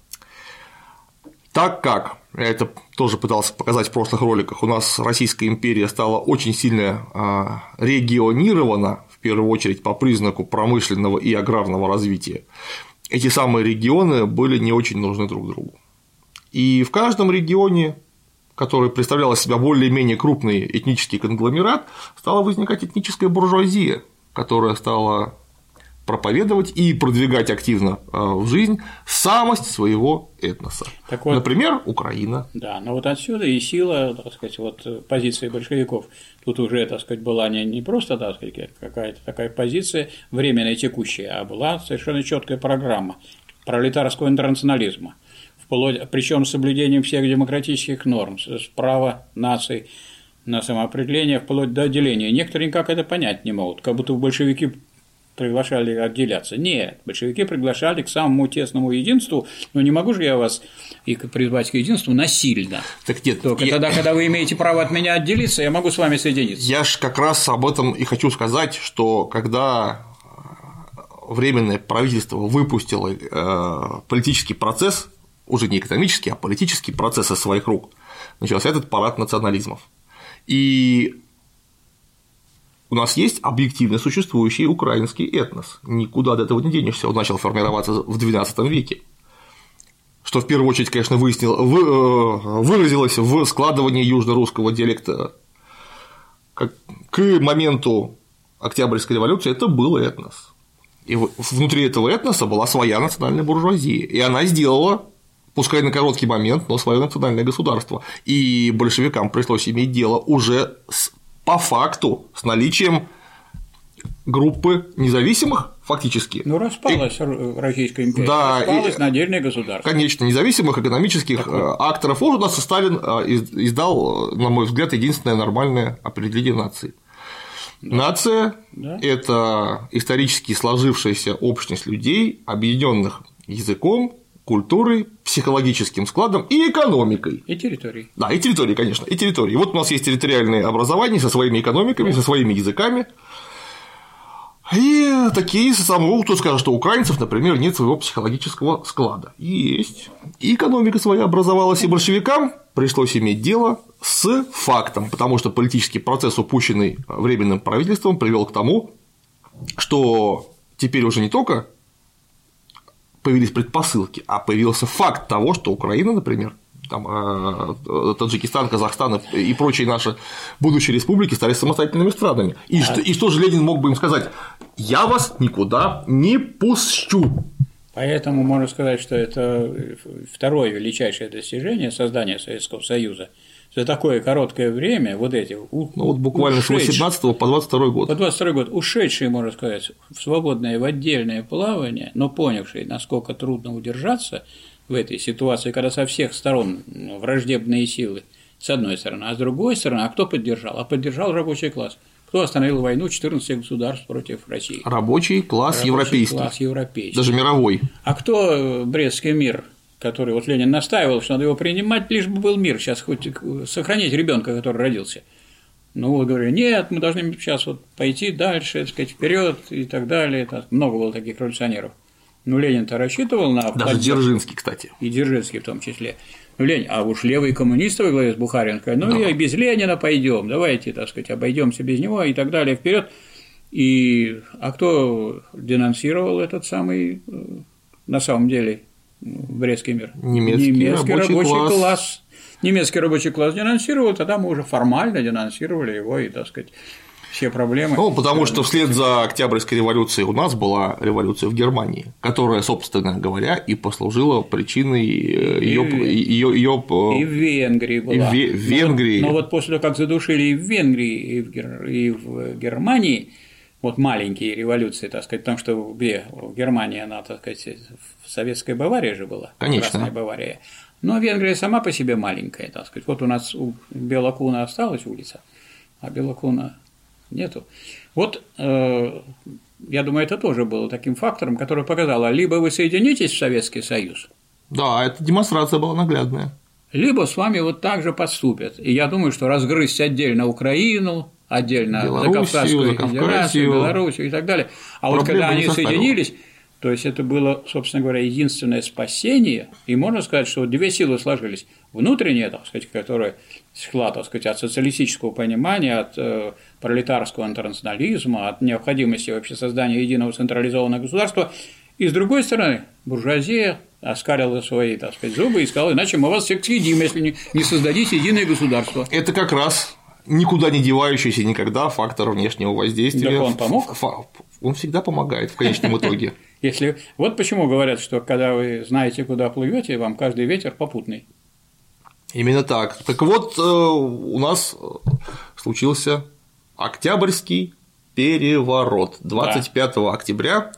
Так как, я это тоже пытался показать в прошлых роликах, у нас Российская империя стала очень сильно регионирована, в первую очередь по признаку промышленного и аграрного развития, эти самые регионы были не очень нужны друг другу. И в каждом регионе, который представлял из себя более-менее крупный этнический конгломерат, стала возникать этническая буржуазия, которая стала проповедовать и продвигать активно в жизнь самость своего этноса. Так вот, например, Украина. Да, но вот отсюда и сила, так сказать, вот позиции большевиков. Тут уже, так сказать, была не просто, так сказать, какая-то такая позиция временная, текущая, а была совершенно четкая программа пролетарского интернационализма, причем с соблюдением всех демократических норм, с права наций на самоопределение вплоть до отделения. Некоторые никак это понять не могут, как будто большевики приглашали отделяться. Нет, большевики приглашали к самому тесному единству, но не могу же я вас и призвать к единству насильно. Так нет, только тогда, когда вы имеете право от меня отделиться, я могу с вами соединиться. Я же как раз об этом и хочу сказать, что когда Временное правительство выпустило политический процесс, уже не экономический, а политический процесс из своих рук, начался этот парад национализмов. И у нас есть объективно существующий украинский этнос. Никуда от этого не денешься. Он начал формироваться в XII веке. Что в первую очередь, конечно, выразилось в складывании южно-русского диалекта. К моменту Октябрьской революции это был этнос. И внутри этого этноса была своя национальная буржуазия, и она сделала, пускай на короткий момент, но свое национальное государство. И большевикам пришлось иметь дело уже по факту с наличием группы независимых, фактически. Ну, распалась Российская империя, да, распалась на отдельные государства. Конечно, независимых экономических акторов. Вот у нас Сталин издал, на мой взгляд, единственное нормальное определение нации. Да. Нация – это исторически сложившаяся общность людей, объединенных языком, культурой, психологическим складом и экономикой. И территорией. Да, и территорией, конечно, и территорией. Вот у нас есть территориальные образования со своими экономиками, со своими языками. И такие самого, кто скажет, что у украинцев, например, нет своего психологического склада. Есть. И экономика своя образовалась, и большевикам пришлось иметь дело с фактом, потому что политический процесс, упущенный Временным правительством, привел к тому, что теперь уже не только появились предпосылки, а появился факт того, что Украина, например, там, Таджикистан, Казахстан и прочие наши будущие республики стали самостоятельными странами. И что же Ленин мог бы им сказать? Я вас никуда не пущу. Поэтому можно сказать, что это второе величайшее достижение создания Советского Союза. За такое короткое время вот эти вот буквально с 18 по 22 год. По 22 год ушедшие, можно сказать, в свободное, в отдельное плавание, но понявшие, насколько трудно удержаться в этой ситуации, когда со всех сторон враждебные силы, с одной стороны, а с другой стороны, а кто поддержал? А поддержал рабочий класс. Кто остановил войну 14 государств против России? Рабочий класс европейский. Даже мировой. А кто Брестский мир, который вот Ленин настаивал, что надо его принимать, лишь бы был мир, сейчас хоть сохранить ребенка, который родился. Ну вот говорю, нет, мы должны сейчас вот пойти дальше, так сказать, вперед и так далее. Много было таких революционеров. Ну, Ленин-то рассчитывал на… Даже Дзержинский, кстати. И Дзержинский в том числе. Ну, Ленин, а уж левые коммунисты во главе с Бухаренко, ну, и без Ленина пойдем, давайте, так сказать, обойдемся без него и так далее, вперед. А кто денонсировал этот самый, на самом деле, Брестский мир? Немецкий рабочий класс. Немецкий рабочий класс денонсировал, тогда мы уже формально денонсировали его и, так сказать, все проблемы. Ну, потому что вслед за Октябрьской революцией у нас была революция в Германии, которая, собственно говоря, и послужила причиной ее. И в Венгрии была. В Венгрии. Но вот после того, как задушили и в Венгрии, и в Германии, вот маленькие революции, так сказать, потому что где в Германии она, так сказать, в советской Баварии же была. Конечно. Красная Бавария. Но Венгрия сама по себе маленькая, так сказать. Вот у нас у Белокуна осталась улица, а Белокуна нету. Вот, я думаю, это тоже было таким фактором, который показал, либо вы соединитесь в Советский Союз. Да, эта демонстрация была наглядная. Либо с вами вот так же поступят. И я думаю, что разгрызть отдельно Украину, отдельно Закавказскую Федерацию, Белоруссию и так далее. А вот когда они соединились, то есть это было, собственно говоря, единственное спасение, и можно сказать, что две силы сложились. Внутренняя, так сказать, которая шла, так сказать, от социалистического понимания, от пролетарского интернационализма, от необходимости вообще создания единого централизованного государства, и с другой стороны, буржуазия оскалила свои, так сказать, зубы и сказала, иначе мы вас всех съедим, если не создадите единое государство. Это как раз никуда не девающийся никогда фактор внешнего воздействия. Так он помог? Он всегда помогает в конечном итоге. Вот почему говорят, что когда вы знаете, куда плывете, вам каждый ветер попутный. Именно так. Так вот, у нас случился Октябрьский переворот 25 октября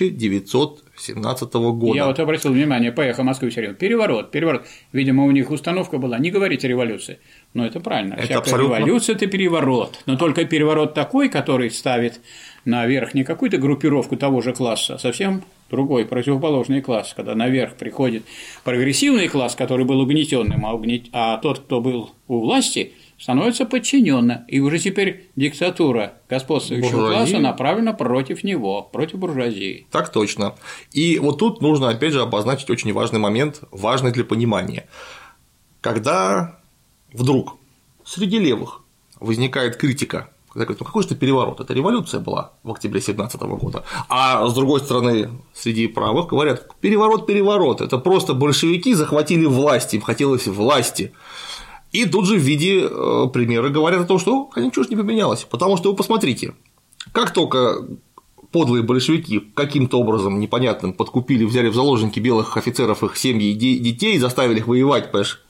1917 года. Я вот обратил внимание, по «Эхо Москвы» все время. Переворот. Видимо, у них установка была не говорить о революции. Но это правильно. Это абсолютно... Революция – это переворот. Но только переворот такой, который ставит наверх не какую-то группировку того же класса, а совсем другой, противоположный класс, когда наверх приходит прогрессивный класс, который был угнетенным, а тот, кто был у власти, становится подчиненным, и уже теперь диктатура господствующего класса направлена против него, против буржуазии. Так точно. И вот тут нужно, опять же, обозначить очень важный момент, важный для понимания. Когда вдруг среди левых возникает критика, когда говорят, ну какой же это переворот, это революция была в октябре 2017 года, а с другой стороны, среди правых говорят, переворот, это просто большевики захватили власть, им хотелось власти. И тут же в виде примера говорят о том, что ничего же не поменялось, потому что вы посмотрите, как только подлые большевики каким-то образом непонятным подкупили, взяли в заложники белых офицеров, их семьи и детей, заставили их воевать, понимаешь,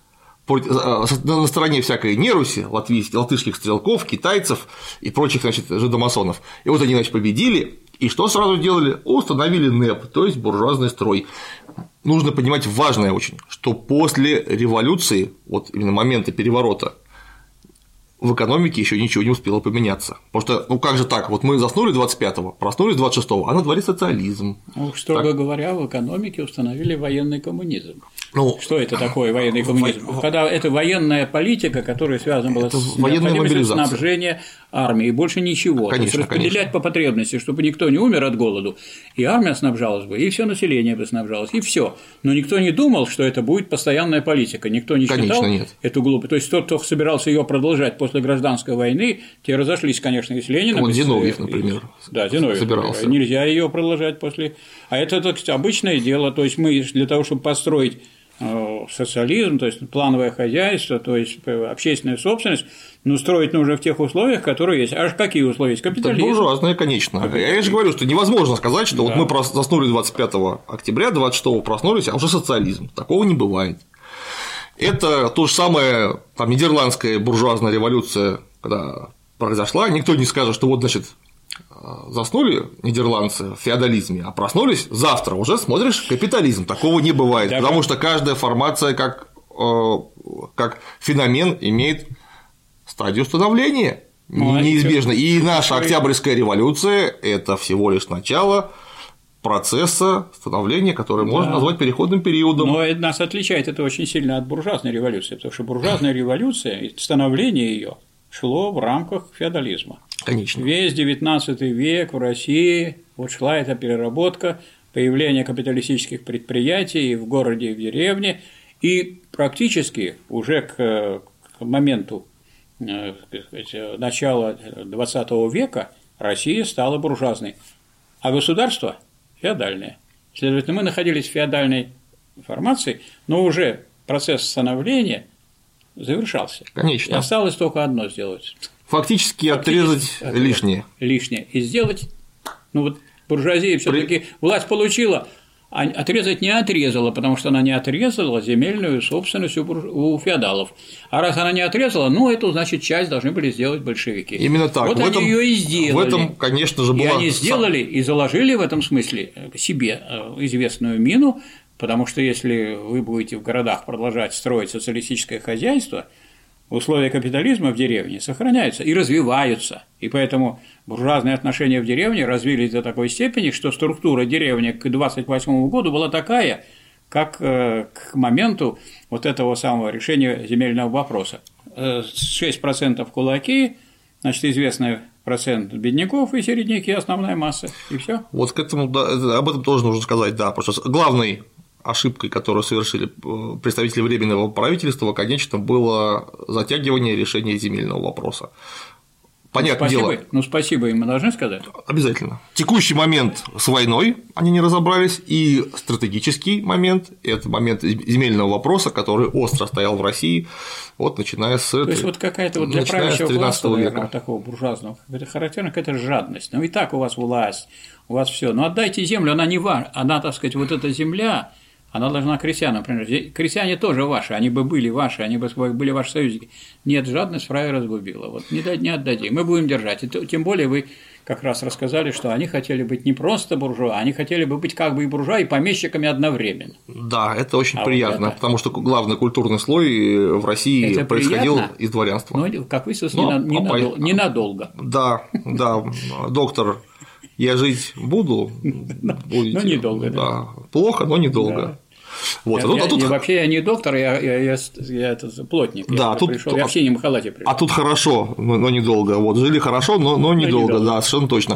на стороне всякой неруси, латышских стрелков, китайцев и прочих, значит, жидомасонов. И вот они, значит, победили, и что сразу делали? Установили НЭП, то есть буржуазный строй. Нужно понимать важное очень, что после революции, вот именно момента переворота, в экономике еще ничего не успело поменяться. Потому что, ну как же так, вот мы заснули 25-го, проснулись 26-го, а на дворе социализм. Ну, строго говоря, в экономике установили военный коммунизм. Ну, что это такое военный коммунизм? Когда это военная политика, которая связана была с необходимостью снабжения армии, и больше ничего. Конечно, то есть распределять по потребности, чтобы никто не умер от голоду, и армия снабжалась бы, и все население бы снабжалось, и все. Но никто не думал, что это будет постоянная политика, никто не считал эту глупость. То есть тот, кто собирался ее продолжать после гражданской войны, те разошлись, конечно, и с Лениным. Вот Зиновьев, например. Да, Зиновьев собирался. Нельзя ее продолжать после. А это, так сказать, обычное дело. То есть мы для того, чтобы построить социализм, то есть плановое хозяйство, то есть общественная собственность, но строить нужно в тех условиях, которые есть. Аж какие условия есть? Капитализм. Так буржуазное, конечно. Я же говорю, что невозможно сказать, что вот мы заснули 25 октября, 26-го проснулись, а уже социализм. Такого не бывает. Это то же самое, там, нидерландская буржуазная революция, когда произошла, никто не скажет, что вот, значит, заснули нидерландцы в феодализме, а проснулись завтра, уже смотришь капитализм. Такого не бывает, потому что каждая формация как феномен имеет стадию становления неизбежно. И наша Октябрьская революция – это всего лишь начало процесса становления, который можно назвать переходным периодом. Но нас отличает это очень сильно от буржуазной революции, потому что буржуазная революция, становление ее шло в рамках феодализма. Конечно. Весь XIX век в России вот шла эта переработка, появление капиталистических предприятий в городе и в деревне, и практически уже к моменту начала XX века Россия стала буржуазной, а государство – феодальное. Следовательно, мы находились в феодальной формации, но уже процесс становления завершался. Конечно. И осталось только одно сделать. Фактически отрезать лишнее. Лишнее. И сделать, ну вот буржуазия все-таки власть получила, а отрезать не отрезала, потому что она не отрезала земельную собственность у феодалов. А раз она не отрезала, ну, эту, значит, часть должны были сделать большевики. Именно так. Вот они ее и сделали. В этом, конечно же, была. И они сделали и заложили в этом смысле себе известную мину, потому что если вы будете в городах продолжать строить социалистическое хозяйство, условия капитализма в деревне сохраняются и развиваются, и поэтому буржуазные отношения в деревне развились до такой степени, что структура деревни к 1928 году была такая, как к моменту вот этого самого решения земельного вопроса. 6% кулаки, значит, известный процент бедняков и середняки, основная масса, и все. Вот к этому, да, об этом тоже нужно сказать, да, потому что главной ошибкой, которую совершили представители Временного правительства, конечно, было затягивание решения земельного вопроса. Понятное дело. Ну, спасибо им мы должны сказать. Обязательно. Текущий момент с войной они не разобрались, и стратегический момент – это момент земельного вопроса, который остро стоял в России, вот начиная с… То есть, вот какая-то вот для правящего класса, наверное, такого буржуазного, это характерно какая-то жадность. Ну, и так у вас власть, у вас все. Но отдайте землю, она не ваша, она, так сказать, вот эта земля, она должна крестьянам, например. Крестьяне тоже ваши, они бы были ваши, они бы были ваши союзники. Нет, жадность в рай разгубила. Вот не отдадим, мы будем держать. И тем более вы как раз рассказали, что они хотели быть не просто буржуа, они хотели бы быть как бы и буржуа, и помещиками одновременно. Да, это очень приятно, вот потому что главный культурный слой в России это происходил из дворянства. Ну, как выяснилось, ненадолго. Да, доктор. Я жить буду, будете. Но недолго, да. Плохо, но недолго. Да. Вот. Вообще я не доктор, я плотник. Да, я в синем халате пришел. А тут хорошо, но недолго. Вот, жили хорошо, но недолго, да, совершенно точно.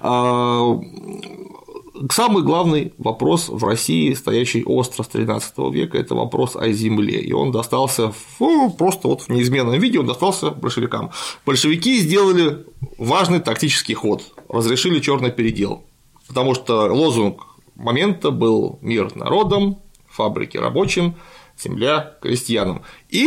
Самый главный вопрос в России, стоящий остро с XIII века, это вопрос о земле, и он достался просто вот в неизменном виде, он достался большевикам. Большевики сделали важный тактический ход, разрешили черный передел, потому что лозунг момента был «мир народам», «фабрики рабочим», «земля крестьянам». И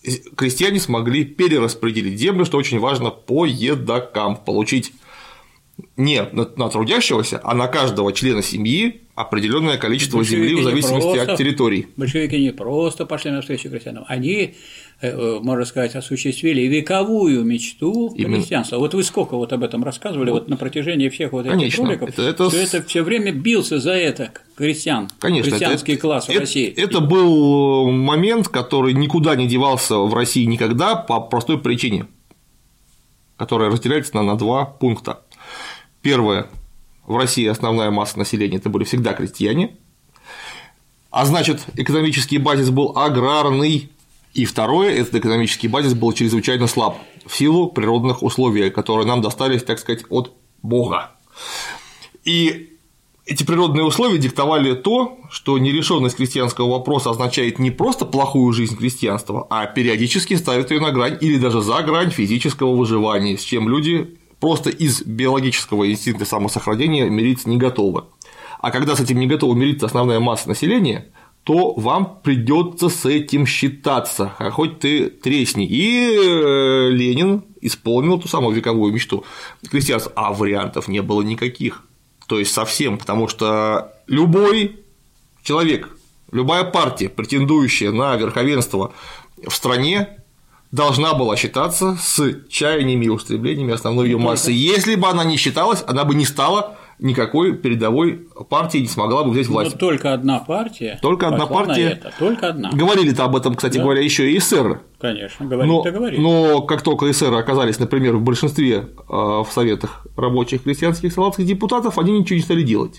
крестьяне смогли перераспределить землю, что очень важно, по едокам, получить не на трудящегося, а на каждого члена семьи определенное количество земли в зависимости от территорий. Большевики не просто пошли навстречу крестьянам, они, можно сказать, осуществили вековую мечту крестьянства. Вот вы сколько вот об этом рассказывали, вот на протяжении всех вот этих роликов, что это все время бился за это крестьян, крестьянский класс в России. Это был момент, который никуда не девался в России никогда по простой причине, которая разделяется на два пункта. Первое. В России основная масса населения – это были всегда крестьяне, а значит, экономический базис был аграрный. И второе – этот экономический базис был чрезвычайно слаб в силу природных условий, которые нам достались, так сказать, от Бога. И эти природные условия диктовали то, что нерешенность крестьянского вопроса означает не просто плохую жизнь крестьянства, а периодически ставит ее на грань или даже за грань физического выживания, с чем люди просто из биологического инстинкта самосохранения мириться не готовы. А когда с этим не готова мириться основная масса населения, то вам придется с этим считаться, а хоть ты тресни. И Ленин исполнил ту самую вековую мечту крестьянства, а вариантов не было никаких. То есть совсем, потому что любой человек, любая партия, претендующая на верховенство в стране, должна была считаться с чаяниями и устремлениями основной ее массы. Если бы она не считалась, она бы не стала никакой передовой партии, не смогла бы взять власть. Но только одна партия. Только одна партия. Только одна. Говорили-то об этом, кстати говоря, еще и эсеры. Конечно, говорили. Но как только эсеры оказались, например, в большинстве в советах рабочих, крестьянских, солдатских депутатов, они ничего не стали делать.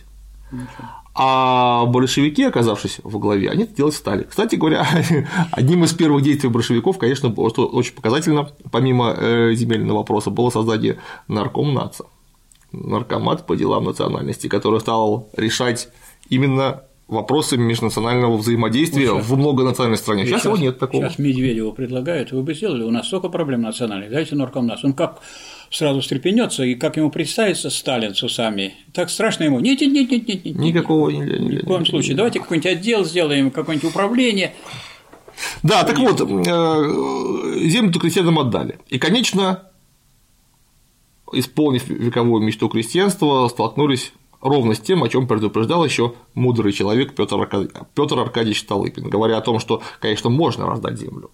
А большевики, оказавшись во главе, они это делать стали. Кстати говоря, одним из первых действий большевиков, конечно, было, что очень показательно, помимо земельного вопроса, было создание наркомнатса, наркомат по делам национальности, который стал решать именно вопросы межнационального взаимодействия в многонациональной стране. Сейчас его нет такого. Сейчас Медведеву предлагают, вы бы сделали, у нас столько проблем национальных, дайте наркомнатс. Он как сразу встрепенется, и как ему представится Сталин с усами, так страшно ему. Нет. Никакого нельзя. Ни в коем случае. Давайте какой-нибудь отдел сделаем, какое-нибудь управление. Да, так вот, землю-то крестьянам отдали. И, конечно, исполнив вековую мечту крестьянства, столкнулись ровно с тем, о чем предупреждал еще мудрый человек Петр Аркадьевич Столыпин, говоря о том, что, конечно, можно раздать землю,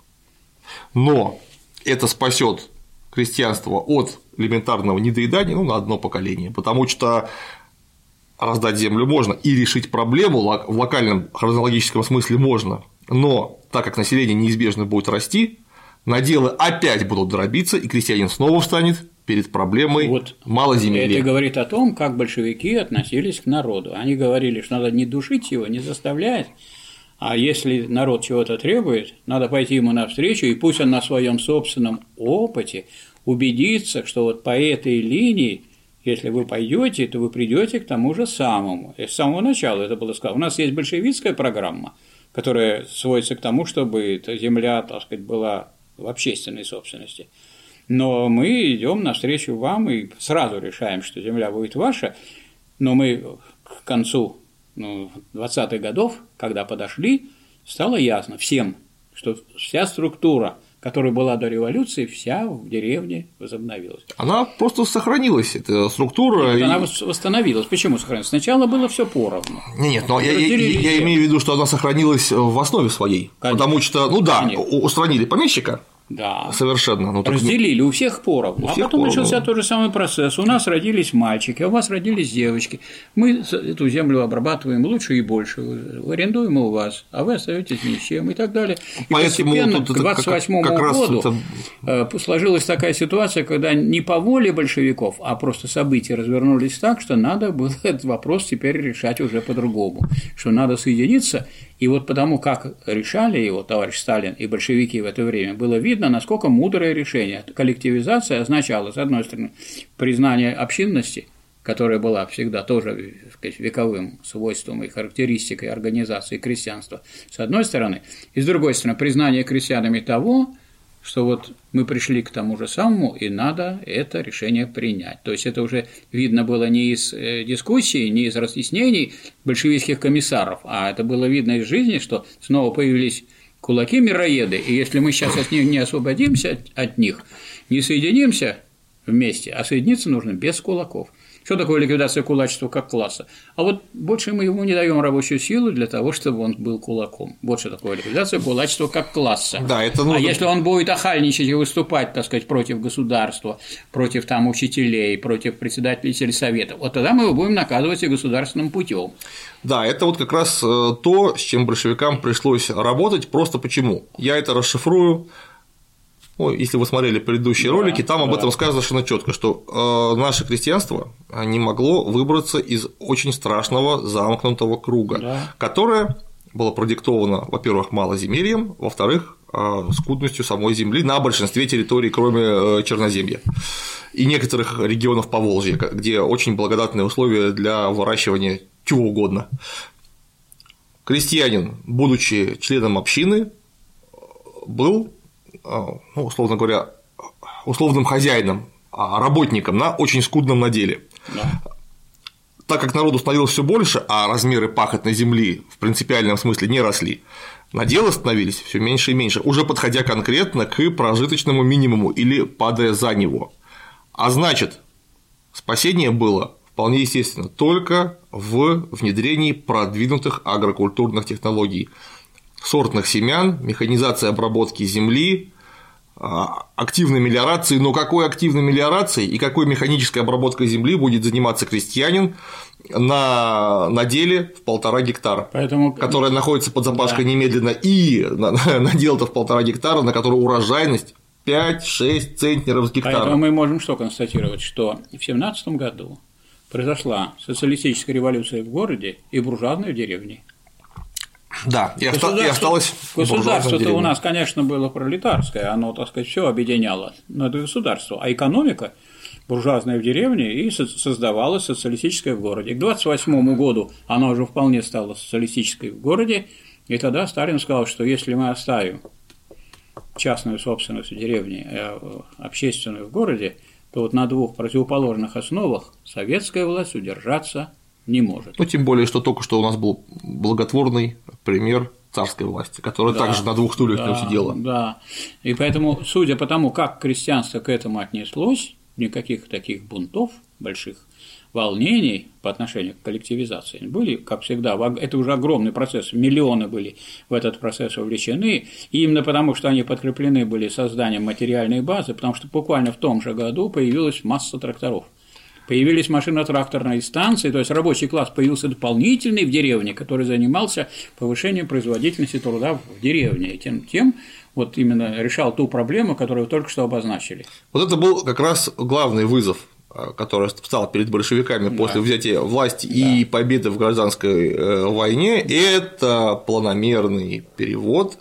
но это спасет крестьянство от элементарного недоедания на одно поколение, потому что раздать землю можно и решить проблему в локальном хронологическом смысле можно, но так как население неизбежно будет расти, наделы опять будут дробиться, и крестьянин снова встанет перед проблемой мало земли. Это говорит о том, как большевики относились к народу. Они говорили, что надо не душить его, не заставлять, а если народ чего-то требует, надо пойти ему навстречу, и пусть он на своем собственном опыте убедится, что вот по этой линии, если вы пойдете, то вы придете к тому же самому. И с самого начала это было сказано. У нас есть большевистская программа, которая сводится к тому, чтобы эта земля, так сказать, была в общественной собственности. Но мы идем навстречу вам и сразу решаем, что земля будет ваша, но мы к концу 20-х годов, когда подошли, стало ясно всем, что вся структура, которая была до революции, вся в деревне возобновилась. Она просто сохранилась, эта структура. Она восстановилась. Почему сохранилась? Сначала было все поровну. Нет, но я имею в виду, что она сохранилась в основе своей. Конечно. Потому что, устранили помещика. Да. Совершенно. Разделили у всех поровну. А потом начался тот же самый процесс. У нас родились мальчики, а у вас родились девочки. Мы эту землю обрабатываем лучше и больше, арендуем у вас, а вы остаетесь ни с чем и так далее. И постепенно к 28 году сложилась такая ситуация, когда не по воле большевиков, а просто события развернулись так, что надо было этот вопрос теперь решать уже по-другому, что надо соединиться. И вот потому, как решали его товарищ Сталин и большевики в это время, было видно, насколько мудрое решение. Коллективизация означала, с одной стороны, признание общинности, которая была всегда тоже, так сказать, вековым свойством и характеристикой организации крестьянства, с одной стороны, и с другой стороны, признание крестьянами того, что вот мы пришли к тому же самому, и надо это решение принять. То есть это уже видно было не из дискуссий, не из разъяснений большевистских комиссаров, а это было видно из жизни, что снова появились кулаки-мироеды, и если мы сейчас от них не освободимся, от них, не соединимся вместе, а соединиться нужно без кулаков. Что такое ликвидация кулачества как класса? А вот больше мы ему не даем рабочую силу для того, чтобы он был кулаком. Вот что такое ликвидация кулачества как класса. Да, это нужно... А если он будет охальничать и выступать, так сказать, против государства, против там учителей, против председателей сельсовета, вот тогда мы его будем наказывать и государственным путем. Да, это вот как раз то, с чем большевикам пришлось работать. Просто почему? Я это расшифрую. Если вы смотрели предыдущие ролики, там об этом сказано совершенно четко, что наше крестьянство не могло выбраться из очень страшного замкнутого круга, которое было продиктовано, во-первых, малоземельем, во-вторых, скудностью самой земли на большинстве территорий, кроме Черноземья и некоторых регионов Поволжья, где очень благодатные условия для выращивания чего угодно. Крестьянин, будучи членом общины, был, условно говоря, условным хозяином, работником на очень скудном наделе. Да. Так как народу становилось все больше, а размеры пахотной земли в принципиальном смысле не росли, наделы становились все меньше и меньше, уже подходя конкретно к прожиточному минимуму или падая за него. А значит, спасение было вполне естественно только в внедрении продвинутых агрокультурных технологий, сортных семян, механизации обработки земли, активной мелиорации. Но какой активной мелиорацией и какой механической обработкой земли будет заниматься крестьянин на наделе в 1,5 гектара, которая находится под запашкой немедленно, и надело-то в 1,5 гектара, на которой урожайность 5-6 центнеров с гектара. Поэтому мы можем что констатировать, что в 17 году произошла социалистическая революция в городе и буржуазная в деревне. Да, и осталось. Государство-то у нас, конечно, было пролетарское, оно, так сказать, все объединяло, но это государство, а экономика буржуазная в деревне и создавалась социалистическая в городе. К 1928 году она уже вполне стала социалистической в городе, и тогда Сталин сказал, что если мы оставим частную собственность в деревне, общественную в городе, то вот на двух противоположных основах советская власть удержаться не может. Тем более, что только что у нас был благотворный пример царской власти, которая также на двух стульях не усидела. Да, и поэтому, судя по тому, как крестьянство к этому отнеслось, никаких таких бунтов, больших волнений по отношению к коллективизации были, как всегда, это уже огромный процесс, миллионы были в этот процесс вовлечены, и именно потому, что они подкреплены были созданием материальной базы, потому что буквально в том же году появилась масса тракторов. Появились машино-тракторные станции, то есть рабочий класс появился дополнительный в деревне, который занимался повышением производительности труда в деревне, и тем вот именно решал ту проблему, которую вы только что обозначили. Вот это был как раз главный вызов, который встал перед большевиками после взятия власти и победы в гражданской войне, это планомерный перевод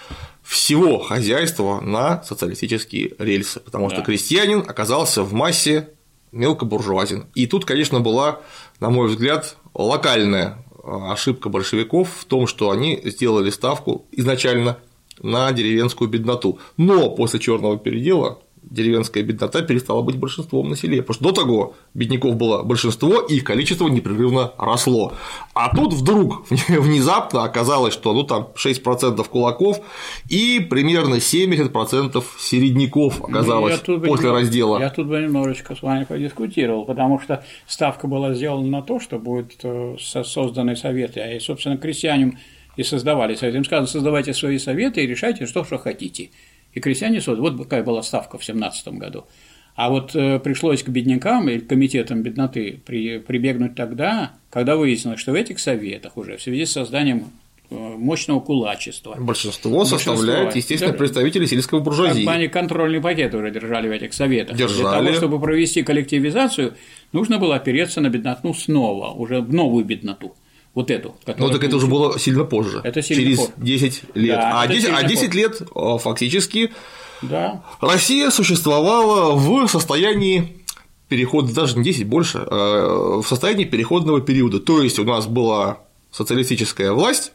всего хозяйства на социалистические рельсы, потому что крестьянин оказался в массе мелкобуржуазен. И тут, конечно, была, на мой взгляд, локальная ошибка большевиков в том, что они сделали ставку изначально на деревенскую бедноту. Но после черного передела деревенская беднота перестала быть большинством на селе, потому что до того бедняков было большинство, и их количество непрерывно росло. А тут вдруг внезапно оказалось, что там 6% кулаков и примерно 70% середняков оказалось после раздела. Я тут бы немножечко с вами подискутировал, потому что ставка была сделана на то, что будут созданы советы, а, собственно, крестьянам и создавали советы. Им сказано, создавайте свои советы и решайте, что хотите. И крестьяне создали. Вот какая была ставка в 17 году. А вот пришлось к беднякам и к комитетам бедноты прибегнуть тогда, когда выяснилось, что в этих советах уже в связи с созданием мощного кулачества большинство составляет, естественно, представители сельского буржуазии. Они контрольный пакет уже держали в этих советах. Держали. Для того, чтобы провести коллективизацию, нужно было опереться на бедноту снова, уже в новую бедноту. Вот эту. Ну, так это уже было сильно позже, через 10 лет. Да, 10 лет фактически Россия существовала в состоянии перехода, даже не 10, больше, в состоянии переходного периода. То есть у нас была социалистическая власть,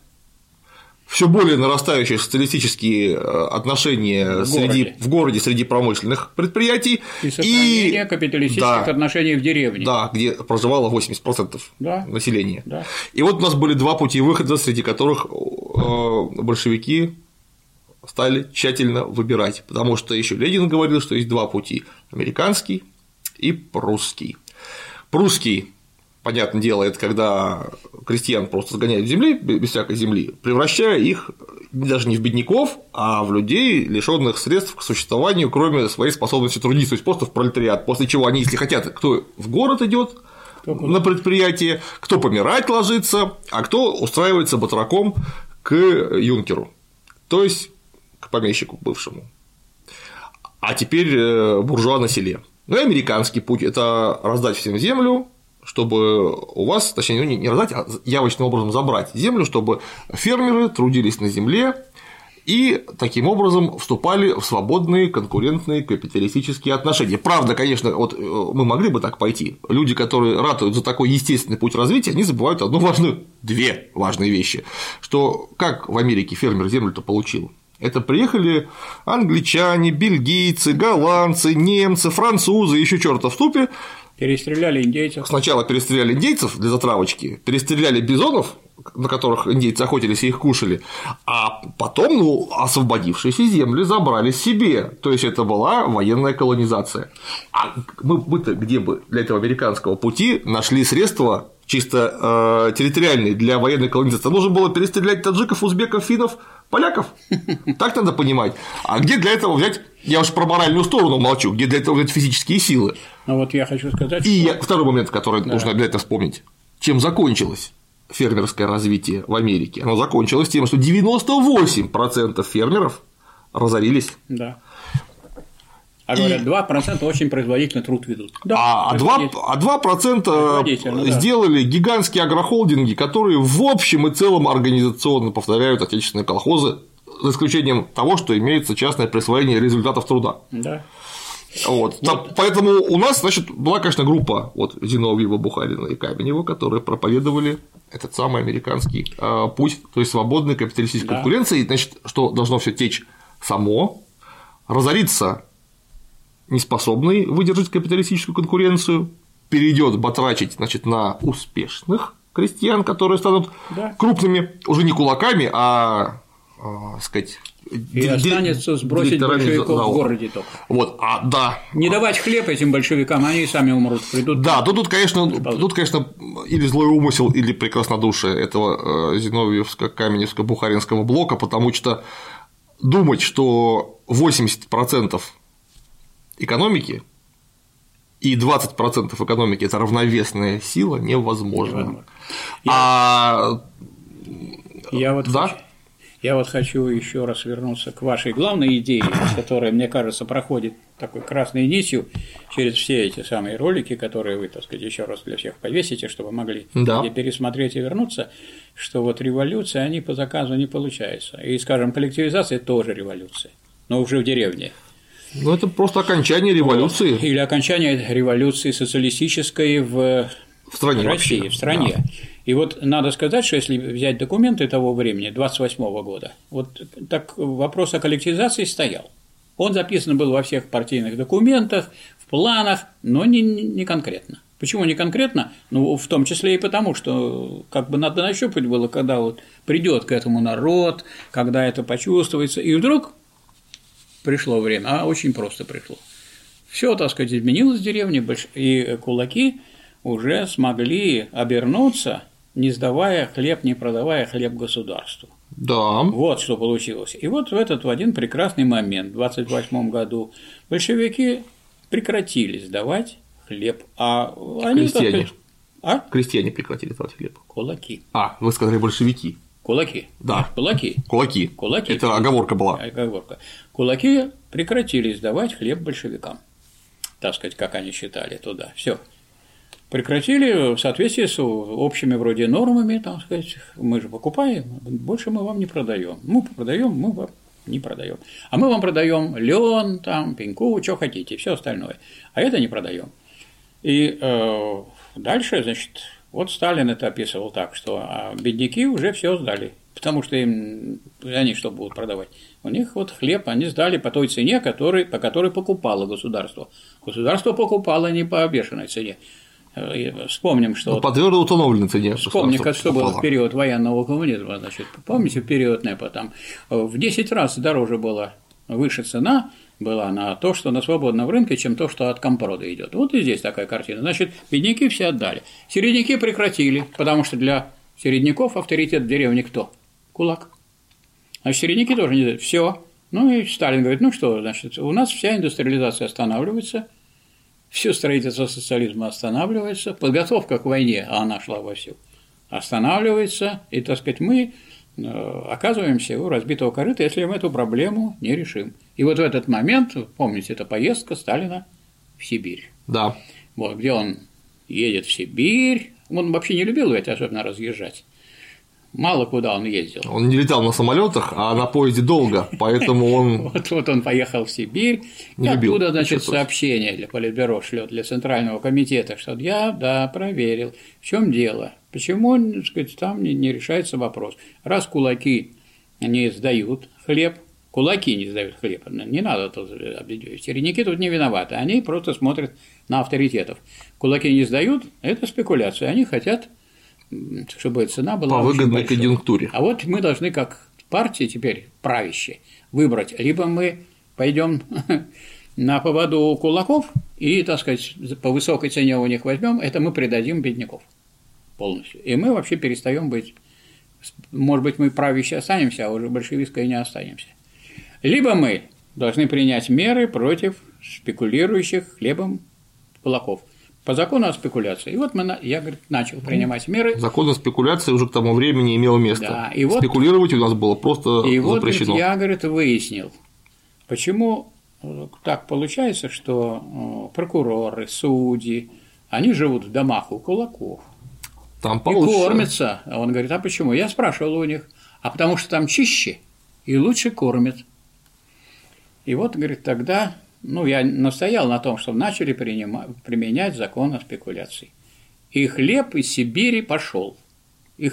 все более нарастающие социалистические отношения в городе среди промышленных предприятий и сохранение капиталистических отношений в деревне. Да, где проживало 80% населения. Да. И вот у нас были два пути выхода, среди которых большевики стали тщательно выбирать, потому что еще Ленин говорил, что есть два пути – американский и прусский. Прусский, понятное дело, это когда крестьян просто сгоняют с земли, без всякой земли, превращая их даже не в бедняков, а в людей, лишённых средств к существованию, кроме своей способности трудиться, то есть просто в пролетариат, после чего они, если хотят, кто в город идет на предприятие, кто помирать ложится, а кто устраивается батраком к юнкеру, то есть к помещику бывшему. А теперь буржуа на селе. Ну и американский путь – это раздать всем землю, чтобы у вас, точнее, не раздать, а явочным образом забрать землю, чтобы фермеры трудились на земле и таким образом вступали в свободные конкурентные капиталистические отношения. Правда, конечно, вот мы могли бы так пойти. Люди, которые ратуют за такой естественный путь развития, они забывают две важные вещи, что как в Америке фермер землю-то получил. Это приехали англичане, бельгийцы, голландцы, немцы, французы, еще чёрта в ступе. Перестреляли индейцев. Сначала перестреляли индейцев для затравочки, перестреляли бизонов, на которых индейцы охотились и их кушали, а потом, освободившиеся земли забрали себе. То есть это была военная колонизация. А мы-то где бы для этого американского пути нашли средства чисто территориальные для военной колонизации? Нужно было перестрелять таджиков, узбеков, финнов, поляков. Так надо понимать. А где для этого взять, я уж про моральную сторону молчу, где для этого взять физические силы? Ну вот я хочу сказать, и второй момент, который нужно обязательно вспомнить. Чем закончилось фермерское развитие в Америке? Оно закончилось тем, что 98% фермеров разорились. Да. А говорят, 2% очень производительный труд ведут. Да, 2% сделали гигантские агрохолдинги, которые в общем и целом организационно повторяют отечественные колхозы, за исключением того, что имеется частное присвоение результатов труда. Да. Вот. Поэтому у нас, значит, была, конечно, группа Зиновьева, Бухарина и Каменева, которые проповедовали этот самый американский путь, то есть свободной капиталистической конкуренции, значит, что должно все течь само, разориться неспособный выдержать капиталистическую конкуренцию, перейдет батрачить, значит, на успешных крестьян, которые станут крупными уже не кулаками, а, сказать, и останется сбросить большевиков в городе только. Вот, не давать хлеб этим большевикам, они сами умрут, придут. Да, тут, конечно, или злой умысел, или прекраснодушие этого Зиновьевско-Каменевско-Бухаринского блока, потому что думать, что 80% экономики и 20% экономики – это равновесная сила, невозможно. Я вот хочу еще раз вернуться к вашей главной идее, которая, мне кажется, проходит такой красной нитью через все эти самые ролики, которые вы, так сказать, еще раз для всех повесите, чтобы могли пересмотреть и вернуться, что вот революция, они по заказу не получаются. И, скажем, коллективизация тоже революция, но уже в деревне. Ну, это просто окончание революции. Или окончание революции социалистической в стране России, вообще. В стране. Да. И вот надо сказать, что если взять документы того времени, 28-го года, вот так вопрос о коллективизации стоял. Он записан был во всех партийных документах, в планах, но не конкретно. Почему не конкретно? Ну, в том числе и потому, что как бы надо нащупать было, когда вот придет к этому народ, когда это почувствуется, и вдруг пришло время, очень просто пришло. Все, так сказать, изменилось в деревне, и кулаки уже смогли обернуться, не сдавая хлеб, не продавая хлеб государству. Да. Вот что получилось. И вот в один прекрасный момент, в 28 году, большевики прекратили сдавать хлеб, а они… Крестьяне. Крестьяне прекратили сдавать хлеб. Кулаки. Вы сказали большевики. Кулаки. Да. Кулаки. Это оговорка была. Оговорка. Кулаки прекратили сдавать хлеб большевикам. Так сказать, как они считали туда. Все. Прекратили в соответствии с общими вроде нормами, так сказать, мы же покупаем, больше мы вам не продаем. Мы продаем, мы вам не продаем. А мы вам продаем лен, пеньку, что хотите, все остальное. А это не продаем. И дальше, значит, вот Сталин это описывал так, что бедняки уже все сдали, потому что они что будут продавать? У них вот хлеб они сдали по той цене, по которой покупало государство. Государство покупало не по бешеной цене. Вспомним, что… по твердо установленной цене. Вспомним, что было в период военного коммунизма. Значит, помните, в период НЭПа там в 10 раз дороже было выше цена была на то, что на свободном рынке, чем то, что от компрода идет. Вот и здесь такая картина. Значит, бедняки все отдали. Середняки прекратили, потому что для середняков авторитет в деревне кто? Кулак. Значит, середняки тоже не дают. Все. Ну и Сталин говорит, ну что, значит, у нас вся индустриализация останавливается, все строительство социализма останавливается, подготовка к войне, а она шла вовсю, останавливается, и, так сказать, мы оказываемся у разбитого корыта, если мы эту проблему не решим. И вот в этот момент, помните, это поездка Сталина в Сибирь. Да. Вот, где он едет в Сибирь, он вообще не любил ведь особенно разъезжать. Мало куда он ездил. Он не летал на самолетах, а на поезде долго, поэтому он… Вот он поехал в Сибирь, и оттуда, значит, сообщение для Политбюро шлет, для Центрального комитета, что я, проверил, в чем дело, почему, так сказать, там не решается вопрос. Раз кулаки не сдают хлеб, кулаки не сдают хлеб, не надо тут объединять, середняки тут не виноваты, они просто смотрят на авторитетов. Кулаки не сдают – это спекуляция, они хотят, чтобы цена была по выгодной конъюнктуре. А вот мы должны, как партия теперь правящая, выбрать, либо мы пойдем на поводу у кулаков и, так сказать, по высокой цене у них возьмем, это мы предадим бедняков полностью. И мы вообще перестаем быть, может быть, мы правящие останемся, а уже большевистской не останемся. Либо мы должны принять меры против спекулирующих хлебом кулаков. По закону о спекуляции. И вот я, говорит, начал принимать меры. Закон о спекуляции уже к тому времени имел место. Да, и вот, спекулировать у нас было просто и запрещено. Вот я, говорит, выяснил, почему так получается, что прокуроры, судьи, они живут в домах у кулаков. Там и кормятся. А он говорит, а почему? Я спрашивал у них, а потому что там чище и лучше кормят. И вот, говорит, тогда… я настоял на том, чтобы начали применять закон о спекуляции. И хлеб из Сибири пошел. И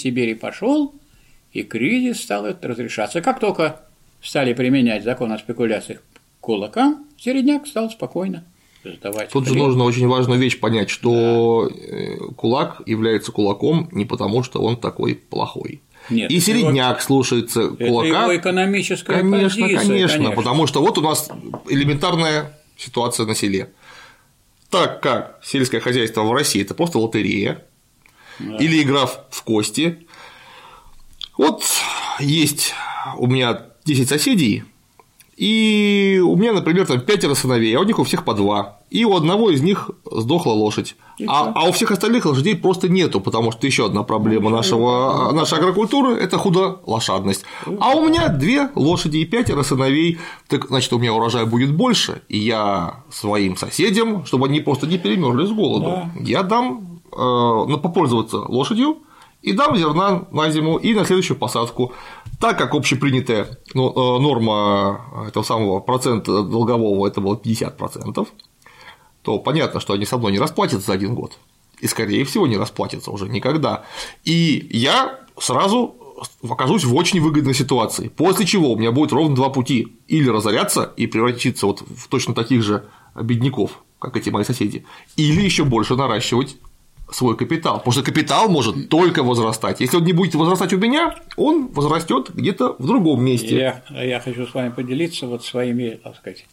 кризис стал разрешаться. Как только стали применять закон о спекуляциях кулакам, середняк стал спокойно сдавать. Тут же нужно очень важную вещь понять, что кулак является кулаком не потому, что он такой плохой. Нет, и середняк слушается кулака. Это его экономическая позиция, конечно, потому что вот у нас элементарная ситуация на селе. Так как сельское хозяйство в России – это просто лотерея, или игра в кости. Вот есть у меня 10 соседей, и у меня, например, там 5 сыновей, а у них у всех по 2. И у одного из них сдохла лошадь. А у всех остальных лошадей просто нету, потому что еще одна проблема нашей агрокультуры – это худолошадность. А у меня 2 лошади и 5 сыновей, так значит, у меня урожай будет больше, и я своим соседям, чтобы они просто не перемерзли с голоду, я дам попользоваться лошадью и дам зерна на зиму и на следующую посадку. Так как общепринятая норма этого самого процента долгового – это было 50%, то понятно, что они со мной не расплатятся за 1 год. И, скорее всего, не расплатятся уже никогда. И я сразу окажусь в очень выгодной ситуации. После чего у меня будет ровно 2 пути: или разоряться и превратиться вот в точно таких же бедняков, как эти мои соседи, или еще больше наращивать свой капитал. Потому что капитал может только возрастать. Если он не будет возрастать у меня, он возрастет где-то в другом месте. Я хочу с вами поделиться вот своими, так сказать,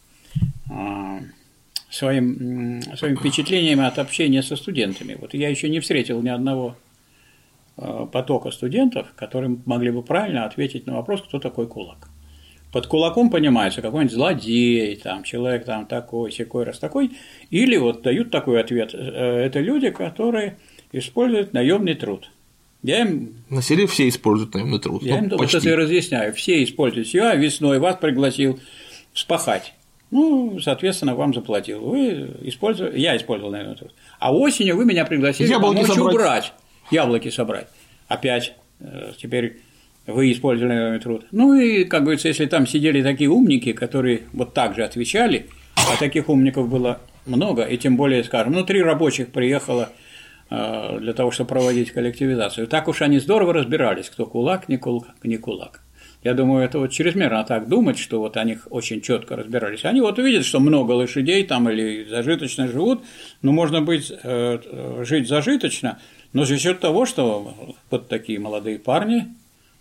своим впечатлениями от общения со студентами. Вот я еще не встретил ни одного потока студентов, которые могли бы правильно ответить на вопрос, кто такой кулак. Под кулаком понимается какой-нибудь злодей, там, человек там, такой, сякой, раз такой, или вот дают такой ответ. Это люди, которые используют наемный труд. На селе все используют наемный труд. Я им вот это и разъясняю. Все используют. Я весной вас пригласил вспахать. Соответственно, вам заплатил. Я использовал наемный труд. А осенью вы меня пригласили помочь убрать, яблоки собрать. Опять теперь вы использовали наемный труд. И, как говорится, если там сидели такие умники, которые вот так же отвечали, а таких умников было много, и тем более, скажем, 3 рабочих приехало для того, чтобы проводить коллективизацию. Так уж они здорово разбирались, кто кулак, не кулак. Я думаю, это вот чрезмерно так думать, что вот они очень четко разбирались. Они вот увидят, что много лошадей там или зажиточно живут, можно быть жить зажиточно, но за счет того, что вот такие молодые парни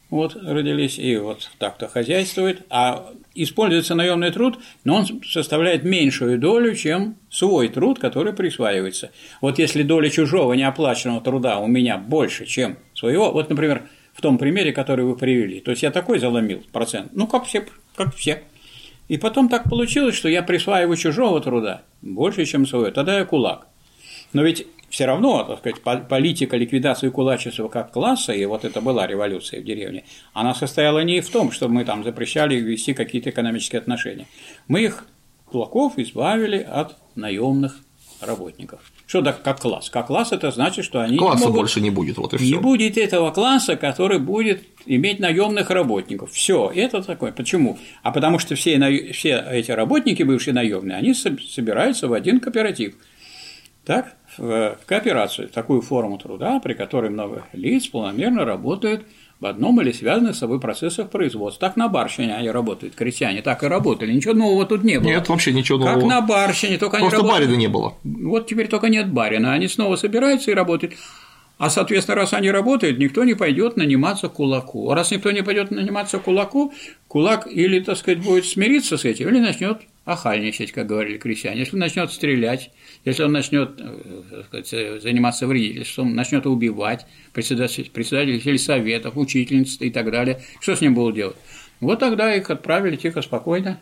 вот родились, и вот так-то хозяйствуют, а используется наемный труд, но он составляет меньшую долю, чем свой труд, который присваивается. Вот если доля чужого неоплаченного труда у меня больше, чем своего, вот, например, в том примере, который вы привели, то есть я такой заломил процент, ну, как все. И потом так получилось, что я присваиваю чужого труда больше, чем свой, тогда я кулак. Но ведь все равно, так сказать, политика ликвидации кулачества как класса, и вот это была революция в деревне, она состояла не в том, чтобы мы там запрещали вести какие-то экономические отношения. Мы их, кулаков, избавили от наемных работников. Что так как класс? Как класс это значит, что они класса больше не будет, вот и все. Не будет этого класса, который будет иметь наемных работников. Все, это такое. Почему? А потому что все эти работники, бывшие наемные, они собираются в один кооператив. Так, в кооперацию, такую форму труда, при которой много лиц планомерно работают в одном или связанных с собой процессах производства. Так на барщине они работают, крестьяне так и работали, ничего нового тут не было. Нет, вообще ничего нового. Как на барщине, только они просто работают. Барина не было. Вот теперь только нет барина, они снова собираются и работают. А, соответственно, раз они работают, никто не пойдет наниматься кулаку. А раз никто не пойдет наниматься кулаку, кулак или, так сказать, будет смириться с этим, или начнет охальничать, как говорили крестьяне. Если он начнет стрелять, если он начнет заниматься вредительством, начнет убивать председателей сельсоветов, учительниц и так далее, что с ним будут делать? Вот тогда их отправили тихо, спокойно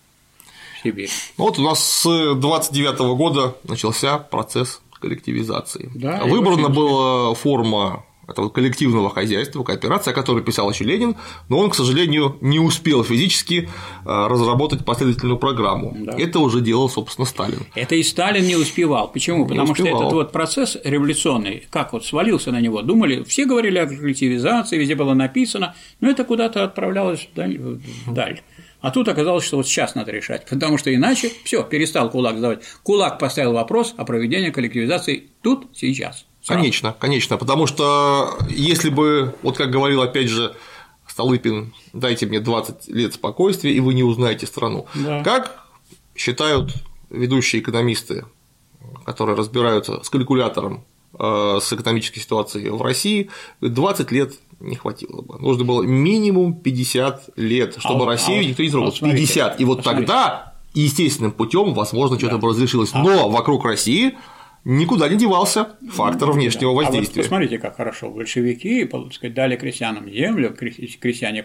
в Сибирь. Вот у нас с 1929 года начался процесс коллективизации. Да, выбрана была форма этого коллективного хозяйства, кооперация, о которой писал еще Ленин, но он, к сожалению, не успел физически разработать последовательную программу. Да. Это уже делал, собственно, Сталин. Это и Сталин не успевал. Почему? Потому что этот вот процесс революционный, как вот свалился на него, думали, все говорили о коллективизации, везде было написано, но это куда-то отправлялось вдаль. А тут оказалось, что вот сейчас надо решать, потому что иначе все, перестал кулак сдавать. Кулак поставил вопрос о проведении коллективизации тут, сейчас. Конечно, конечно, потому что если бы, вот как говорил опять же Столыпин, дайте мне 20 лет спокойствия, и вы не узнаете страну. Да. Как считают ведущие экономисты, которые разбираются с калькулятором с экономической ситуацией в России, 20 лет не хватило бы. Нужно было минимум 50 лет, чтобы Россию никто не трогал. 50. И вот тогда естественным путем, возможно, что-то бы разрешилось. Но вокруг России никуда не девался фактор внешнего воздействия. А вот посмотрите, как хорошо. Большевики, так сказать, дали крестьянам землю, крестьяне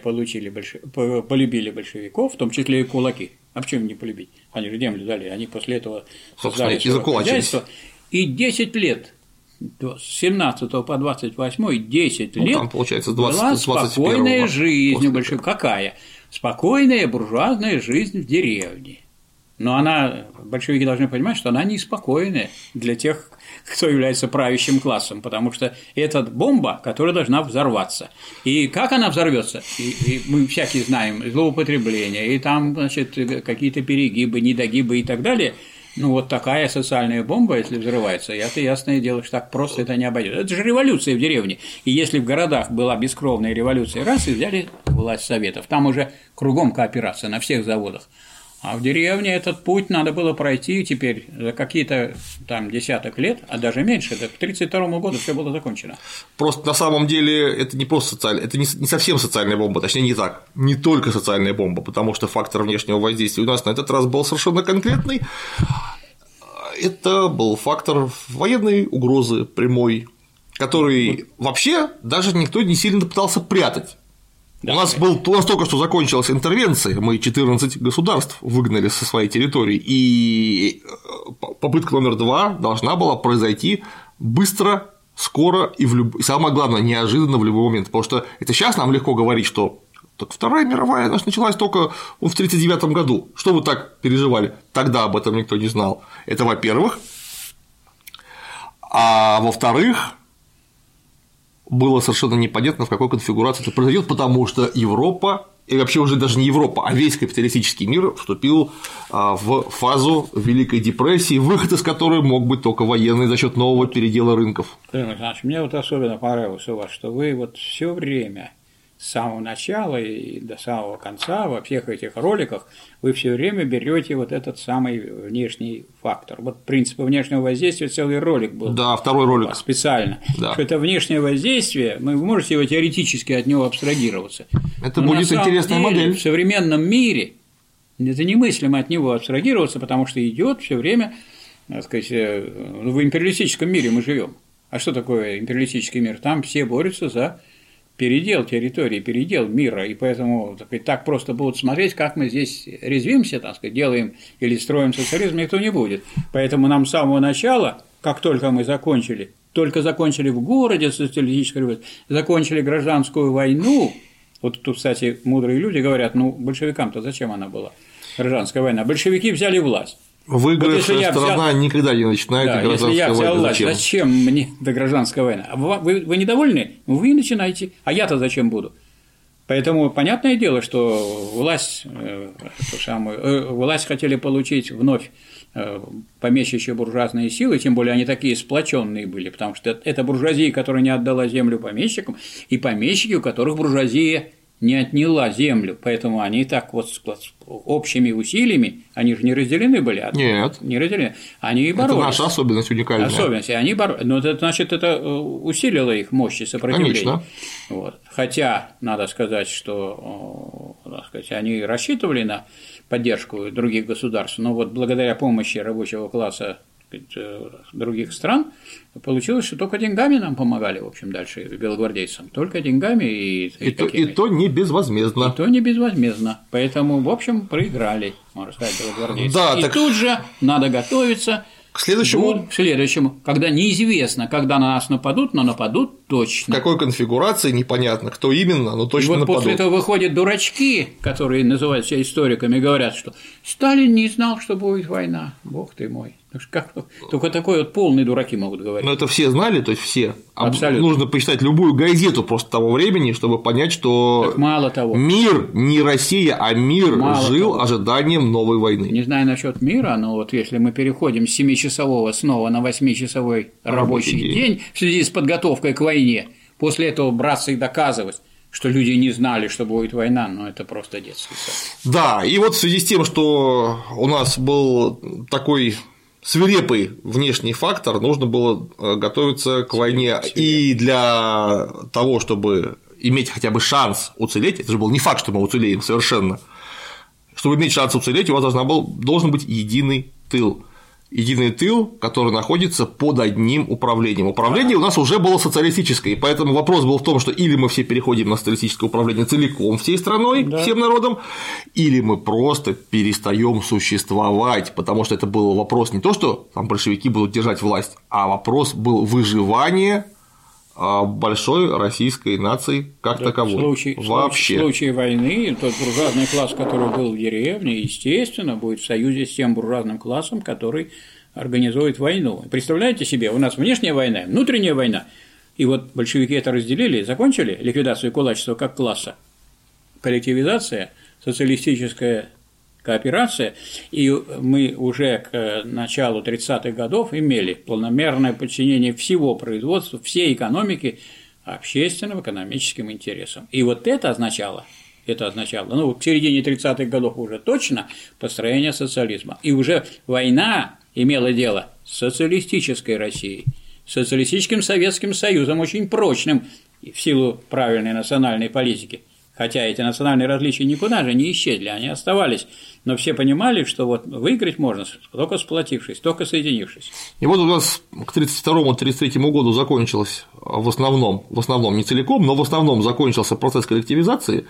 полюбили большевиков, в том числе и кулаки. А почему не полюбить? Они же землю дали, они после этого создали свое хозяйство. И 10 лет. С 17 по 28 10 лет там, получается, 20, была спокойная жизнь у большевиков. Какая? Спокойная буржуазная жизнь в деревне. Но она, большевики должны понимать, что она неспокойная для тех, кто является правящим классом, потому что это бомба, которая должна взорваться. И как она взорвется? И мы всякие знаем, злоупотребления, и там, значит, какие-то перегибы, недогибы и так далее. Ну, вот такая социальная бомба, если взрывается, это ясное дело, что так просто это не обойдет. Это же революция в деревне. И если в городах была бескровная революция, раз и взяли власть советов, там уже кругом кооперация на всех заводах. А в деревне этот путь надо было пройти теперь за какие-то там десяток лет, а даже меньше, к 1932 году все было закончено. Просто на самом деле это не просто социальная, это не совсем социальная бомба, точнее не так, не только социальная бомба, потому что фактор внешнего воздействия у нас на этот раз был совершенно конкретный. Это был фактор военной угрозы прямой, который вообще даже никто не сильно пытался прятать. Да, у нас только что закончилась интервенция, мы 14 государств выгнали со своей территории, и попытка номер 2 должна была произойти быстро, скоро и самое главное, неожиданно в любой момент, потому что это сейчас нам легко говорить, что так Вторая мировая началась только в 1939 году, что вы так переживали, тогда об этом никто не знал, это во-первых, а во-вторых, было совершенно непонятно, в какой конфигурации это произойдет, потому что Европа, и вообще уже даже не Европа, а весь капиталистический мир вступил в фазу Великой депрессии, выход из которой мог быть только военный за счет нового передела рынков. Мне вот особенно понравилось у вас, что вы вот все время с самого начала и до самого конца во всех этих роликах вы все время берете вот этот самый внешний фактор. Вот принципы внешнего воздействия целый ролик был. Да, второй ролик. Специально. Да. Что это внешнее воздействие, вы можете его теоретически от него абстрагироваться. Это будет интересная модель. В современном мире это немыслимо от него абстрагироваться, потому что идет все время, так сказать, в империалистическом мире мы живем. А что такое империалистический мир? Там все борются за передел территории, передел мира, и поэтому так просто будут смотреть, как мы здесь резвимся, так сказать, делаем или строим социализм, никто не будет. Поэтому нам с самого начала, как только мы закончили в городе социалистической революции, закончили гражданскую войну, вот тут, кстати, мудрые люди говорят, большевикам-то зачем она была, гражданская война? Большевики взяли власть. Выигравшая сторона никогда не начинает гражданскую войну. Если я взял власть, зачем мне эта гражданская война? Вы недовольны? Вы и начинайте. А я-то зачем буду? Поэтому понятное дело, что власть хотели получить вновь помещичьи буржуазные силы, тем более они такие сплоченные были, потому что это буржуазия, которая не отдала землю помещикам, и помещики, у которых буржуазия не отняла землю, поэтому они так вот с общими усилиями, они же не разделены были. Нет. Не разделены. Они и боролись. Это наша особенность уникальная. Особенность. Они боролись. Но это, значит, это усилило их мощь и сопротивление. Конечно. Вот. Хотя, надо сказать, что, так сказать, они рассчитывали на поддержку других государств, но вот благодаря помощи рабочего класса других стран получилось, что только деньгами нам помогали, в общем, дальше белогвардейцам, только деньгами и то не безвозмездно. И то не безвозмездно, поэтому, в общем, проиграли, можно сказать, белогвардейцы. Да, и тут же надо готовиться к следующему, когда неизвестно, когда на нас нападут, но нападут точно. В какой конфигурации непонятно, кто именно, но точно нападут. И вот после этого выходят дурачки, которые называют себя историками, и говорят, что Сталин не знал, что будет война, бог ты мой. Только такой вот полные дураки могут говорить. Но это все знали, то есть все. Абсолютно. Нужно почитать любую газету просто того времени, чтобы понять, что так мало того. Мир не Россия, а мир жил ожиданием новой войны. Не знаю насчет мира, но вот если мы переходим с 7-часового снова на 8-часовой рабочий день в связи с подготовкой к войне, после этого браться и доказывать, что люди не знали, что будет война, но это просто детский сад. Да, и вот в связи с тем, что у нас был такой свирепый внешний фактор, нужно было готовиться к войне, и для того, чтобы иметь хотя бы шанс уцелеть, это же был не факт, что мы уцелеем совершенно, чтобы иметь шанс уцелеть, у вас должен быть единый тыл. Единый тыл, который находится под одним управлением. Управление у нас уже было социалистическое, и поэтому вопрос был в том, что или мы все переходим на социалистическое управление целиком всей страной, всем народом, или мы просто перестаем существовать, потому что это был вопрос не то, что там большевики будут держать власть, а вопрос был выживания большой российской нации как таковой. В случае войны тот буржуазный класс, который был в деревне, естественно, будет в союзе с тем буржуазным классом, который организует войну. Представляете себе, у нас внешняя война, внутренняя война, и вот большевики это разделили, закончили ликвидацию кулачества как класса, коллективизация, социалистическая кооперация, и мы уже к началу 30-х годов имели планомерное подчинение всего производства, всей экономики общественным экономическим интересам. И вот это означало, к середине 30-х годов уже точно построение социализма. И уже война имела дело с социалистической Россией, с социалистическим Советским Союзом, очень прочным в силу правильной национальной политики. Хотя эти национальные различия никуда же не исчезли, они оставались, но все понимали, что вот выиграть можно только сплотившись, только соединившись. И вот у нас к 1932-1933 году закончилось в основном, не целиком, но в основном закончился процесс коллективизации,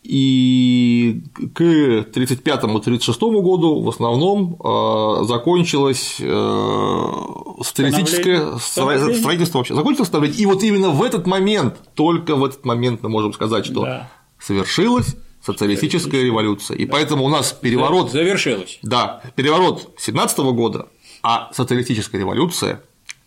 и к 1935-1936 году в основном закончилось социалистическое строительство вообще. Закончилось становление, и вот именно в этот момент, только в этот момент мы можем сказать, что совершилась социалистическая революция. И поэтому у нас переворот… Завершилась. Да, переворот 1917 года, а социалистическая революция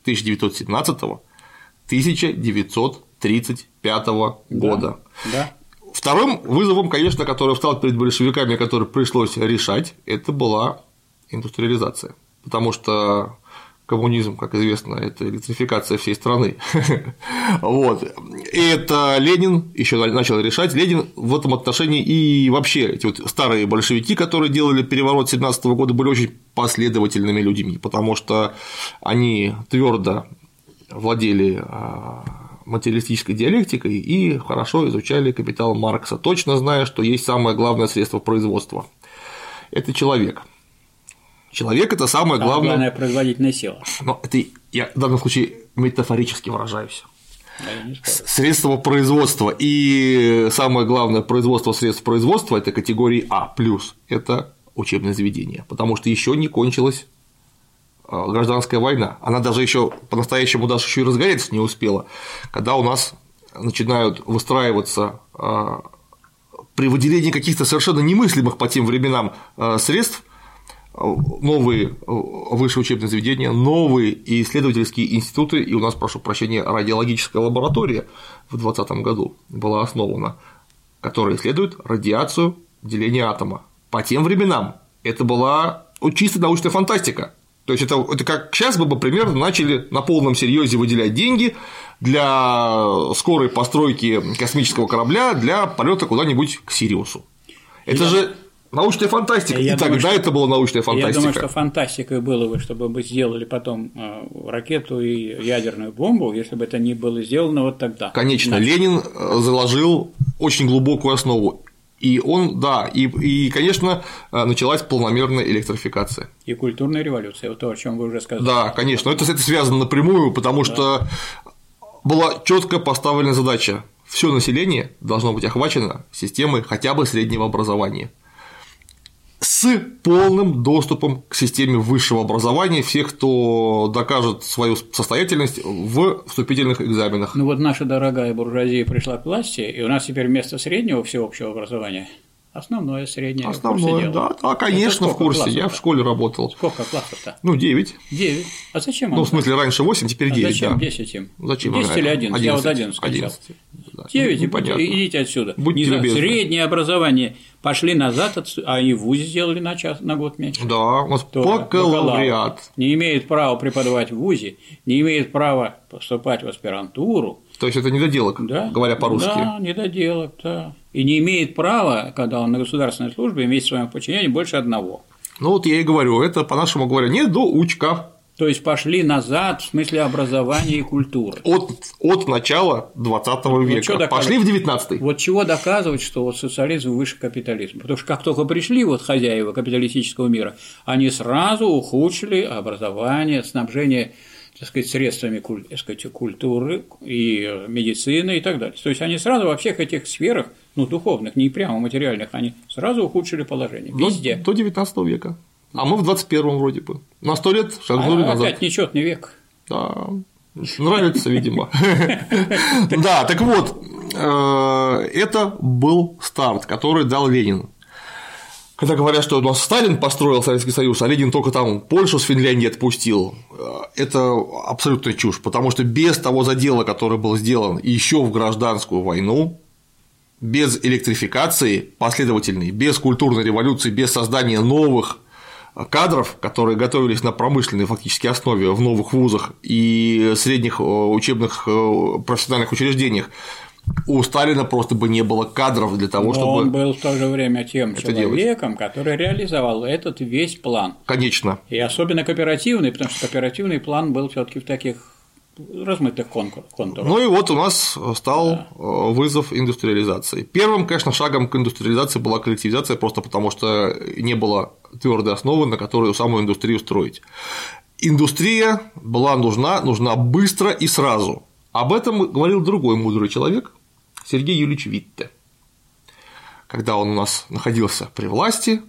1917-1935 года. Да. Вторым вызовом, конечно, который встал перед большевиками, который пришлось решать, это была индустриализация. Потому что коммунизм, как известно, это электрификация всей страны. Вот. И это Ленин еще начал решать. Ленин в этом отношении и вообще эти вот старые большевики, которые делали переворот 17 года, были очень последовательными людьми, потому что они твердо владели материалистической диалектикой и хорошо изучали «Капитал» Маркса, точно зная, что есть самое главное средство производства – это человек. Человек – это самое главное производительная сила. Но это я в данном случае метафорически выражаюсь. Средства производства и самое главное производство средств производства – это категории А+, это учебное заведение, потому что еще не кончилась гражданская война, она даже еще по-настоящему даже еще и разгореться не успела, когда у нас начинают выстраиваться при выделении каких-то совершенно немыслимых по тем временам средств новые высшие учебные заведения, новые исследовательские институты, и у нас, прошу прощения, радиологическая лаборатория в 2020 году была основана, которая исследует радиацию деления атома. По тем временам это была чисто научная фантастика. То есть это как сейчас бы примерно начали на полном серьезе выделять деньги для скорой постройки космического корабля для полета куда-нибудь к Сириусу. Это же научная фантастика, и тогда это была научная фантастика. Я думаю, что фантастикой было бы, чтобы мы сделали потом ракету и ядерную бомбу, если бы это не было сделано вот тогда. Конечно, Ленин заложил очень глубокую основу. И он, да, и, конечно, началась полномерная электрификация. И культурная революция, вот то, о чем вы уже сказали. Да, конечно, это связано напрямую, потому что была четко поставлена задача: все население должно быть охвачено системой хотя бы среднего образования, с полным доступом к системе высшего образования всех, кто докажет свою состоятельность в вступительных экзаменах. Ну вот наша дорогая буржуазия пришла к власти, и у нас теперь вместо среднего всеобщего образования основное, среднее. Основное, да, конечно, в курсе. Я в школе работал. Сколько классов-то? 9. 9. А зачем? Ну, в смысле, раньше 8, теперь 9. Зачем 10 им? Зачем? 10 или 11? Я вот 11 скачал. 9, идите отсюда. Среднее образование пошли назад, а и в ВУЗе сделали на год меньше. Да, у нас бакалавриат. Не имеет права преподавать в ВУЗе, не имеет права поступать в аспирантуру. То есть это недоделок, говоря по-русски. Да, недоделок, да. И не имеет права, когда он на государственной службе, иметь в своем подчинении больше одного. Ну вот я и говорю, это по-нашему говоря, недоучка. То есть пошли назад в смысле образования и культуры. От начала 20 века. Пошли в 19-й. Вот чего доказывать, что вот социализм выше капитализма. Потому что как только пришли вот хозяева капиталистического мира, они сразу ухудшили образование, снабжение, так сказать, средствами, так сказать, культуры и медицины и так далее. То есть они сразу во всех этих сферах, ну, духовных, не прямо материальных, они сразу ухудшили положение. Везде. До 19 века. А мы в 21-м вроде бы. На 100 лет шагнули назад. Опять нечетный век. Да, нравится, видимо. Да, так вот, это был старт, который дал Ленин. Когда говорят, что у нас Сталин построил Советский Союз, а Ленин только там Польшу с Финляндией отпустил, это абсолютная чушь, потому что без того задела, который был сделан еще в гражданскую войну, без электрификации последовательной, без культурной революции, без создания новых кадров, которые готовились на промышленной фактически основе в новых вузах и средних учебных профессиональных учреждениях, у Сталина просто бы не было кадров для того, чтобы… Он был в то же время тем человеком, который реализовал этот весь план. Конечно. И особенно кооперативный, потому что кооперативный план был все таки в таких размытых контурах. Ну и вот у нас стал вызов индустриализации. Первым, конечно, шагом к индустриализации была коллективизация, просто потому что не было твердой основы, на которую самую индустрию строить. Индустрия была нужна быстро и сразу. Об этом говорил другой мудрый человек, Сергей Юрьевич Витте. Когда он у нас находился при власти,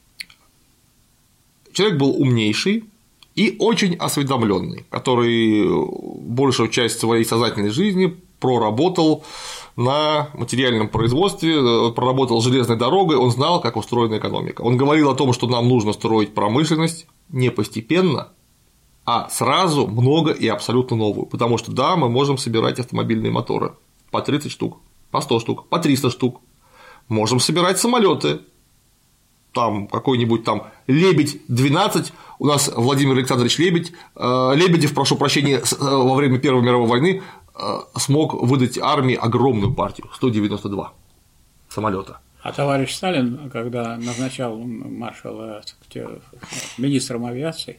человек был умнейший и очень осведомленный, который большую часть своей сознательной жизни проработал на материальном производстве, проработал железной дорогой, он знал, как устроена экономика. Он говорил о том, что нам нужно строить промышленность не постепенно, а сразу много и абсолютно новую, потому что да, мы можем собирать автомобильные моторы по 30 штук, по 100 штук, по 300 штук, можем собирать самолеты там какой-нибудь там Лебедь-12, у нас Владимир Александрович Лебедев, прошу прощения, во время Первой мировой войны смог выдать армии огромную партию, 192 самолета. А товарищ Сталин, когда назначал маршала министром авиации,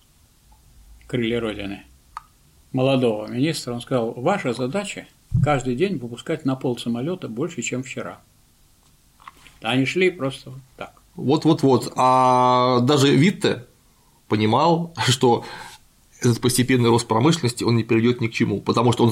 крылья Родины, молодого министра, он сказал: ваша задача каждый день выпускать на пол самолета больше, чем вчера. Они шли просто вот так. Вот. А даже Витте понимал, что этот постепенный рост промышленности, он не приведет ни к чему, потому что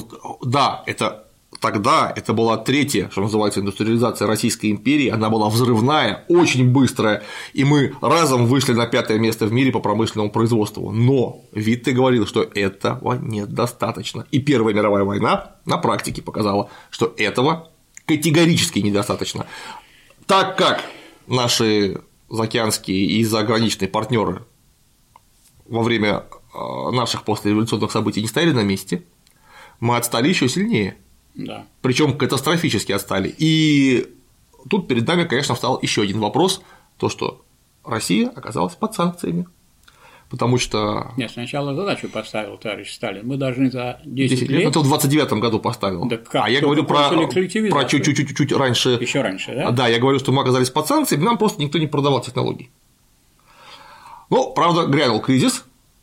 тогда это была третья, что называется, индустриализация Российской империи, она была взрывная, очень быстрая, и мы разом вышли на 5-е место в мире по промышленному производству. Но Витте говорил, что этого недостаточно. И Первая мировая война на практике показала, что этого категорически недостаточно. Так как наши заокеанские и заграничные партнеры во время наших послереволюционных событий не стояли на месте, мы отстали еще сильнее. Да. Причем катастрофически отстали. И тут перед нами, конечно, встал еще один вопрос: то, что Россия оказалась под санкциями. Потому что. Нет, сначала задачу поставил товарищ Сталин. Мы должны за 10 лет. Это в 29-м году поставил. Да как? А я говорю про чуть-чуть раньше. Еще раньше, да? Да, я говорю, что мы оказались под санкциями, нам просто никто не продавал технологий. Но, правда, грянул кризис,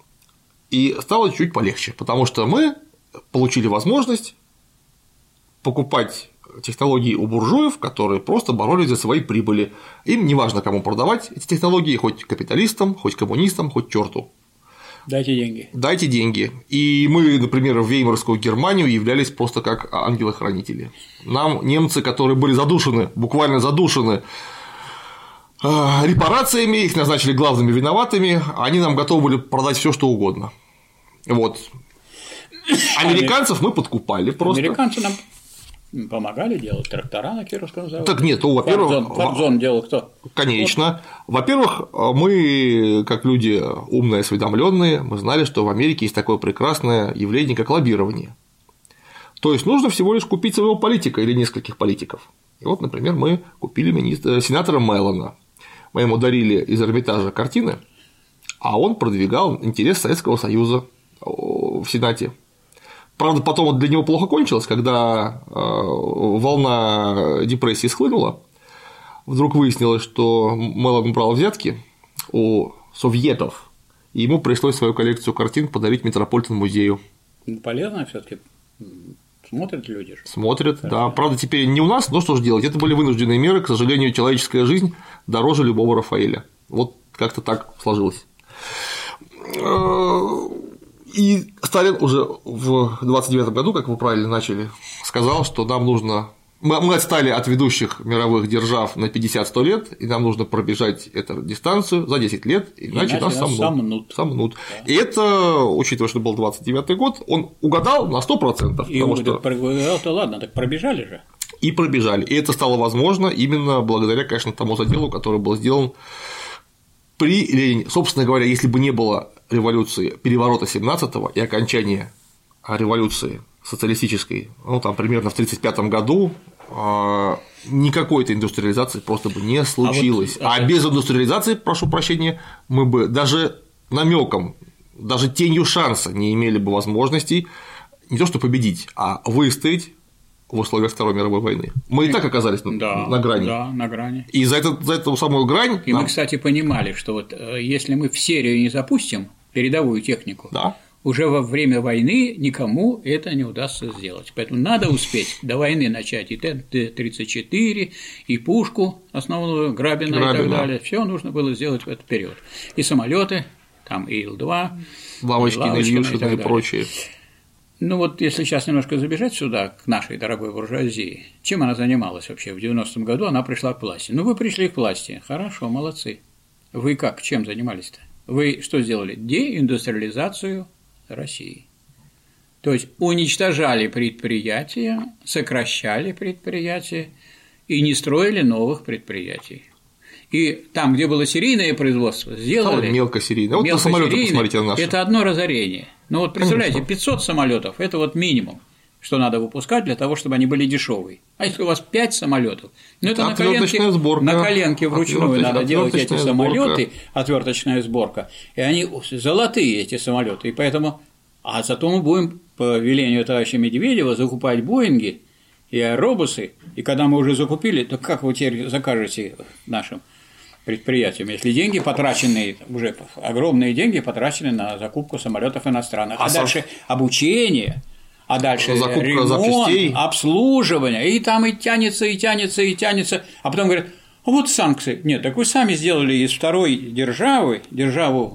и стало чуть полегче, потому что мы получили возможность покупать технологии у буржуев, которые просто боролись за свои прибыли. Им не важно, кому продавать эти технологии, хоть капиталистам, хоть коммунистам, хоть черту. Дайте деньги. Дайте деньги. И мы, например, в Веймарскую Германию являлись просто как ангелы-хранители. Нам немцы, которые были задушены, буквально задушены репарациями, их назначили главными виноватыми, они нам готовы были продать все, что угодно. Вот. Американцев мы подкупали просто. Американцы нам помогали делать трактора на Кировском заводе. Так нет, во-первых… Фордзон делал кто? Конечно. Во-первых, мы, как люди умные, осведомленные, мы знали, что в Америке есть такое прекрасное явление, как лоббирование. То есть нужно всего лишь купить своего политика или нескольких политиков. И вот, например, мы купили сенатора Меллона. Мы ему дарили из Эрмитажа картины, а он продвигал интерес Советского Союза в Сенате. Правда, потом для него плохо кончилось, когда волна депрессии схлынула. Вдруг выяснилось, что Меллон брал взятки у советов, и ему пришлось свою коллекцию картин подарить Метрополитен-музею. Полезно все-таки. Смотрят люди же. Смотрят, да. Правда, теперь не у нас, но что же делать? Это были вынужденные меры, к сожалению, человеческая жизнь дороже любого Рафаэля. Вот как-то так сложилось. И Сталин уже в 29-м году, как вы правильно начали, сказал, что нам нужно. Мы отстали от ведущих мировых держав на 50-100 лет, и нам нужно пробежать эту дистанцию за 10 лет, иначе нас сомнут. Да. И это, учитывая, что был 29-й год, он угадал на 100%. И он прогадал-то ладно, так пробежали же. И пробежали. И это стало возможно именно благодаря, конечно, тому заделу, который был сделан при Ленине. Собственно говоря, если бы не было революции, переворота 17-го и окончания революции социалистической, там примерно в 1935 году, никакой-то индустриализации просто бы не случилось. А без индустриализации, прошу прощения, мы бы даже намеком, даже тенью шанса не имели бы возможностей не то что победить, а выстоять в условиях Второй мировой войны. Мы и так оказались на грани. Да, на грани. И за эту самую грань. И мы, кстати, понимали, что вот если мы в серию не запустим передовую технику, да, уже во время войны никому это не удастся сделать. Поэтому надо успеть до войны начать и Т-34, и пушку основную Грабина и так далее. Все нужно было сделать в этот период. И самолеты, там и Ил-2, Лавочкины, Ильюшины и прочие. Ну вот если сейчас немножко забежать сюда, к нашей дорогой буржуазии, чем она занималась вообще? В 90-м году она пришла к власти. Ну вы пришли к власти, хорошо, молодцы. Вы как, чем занимались-то? Вы что сделали? Деиндустриализацию России. То есть уничтожали предприятия, сокращали предприятия и не строили новых предприятий. И там, где было серийное производство, сделали мелкосерийное. Вот на самолеты посмотрите на наши. Это одно разорение. Ну вот представляете, 500 самолетов – это вот минимум. что надо выпускать для того, чтобы они были дешевые. А если у вас 5 самолетов, ну это на коленке вручную надо делать эти самолеты, отверточная сборка, и они золотые, эти самолеты, и поэтому, а зато мы будем по велению товарища Медведева закупать Боинги и аэробусы, и когда мы уже закупили, то как вы теперь закажете нашим предприятиям, если деньги потрачены, уже огромные деньги потрачены на закупку самолетов иностранных, а дальше обучение, а дальше ремонт, запчастей, обслуживание, и там и тянется, и тянется, и тянется, а потом говорят, а вот санкции. Нет, так вы сами сделали из второй державу,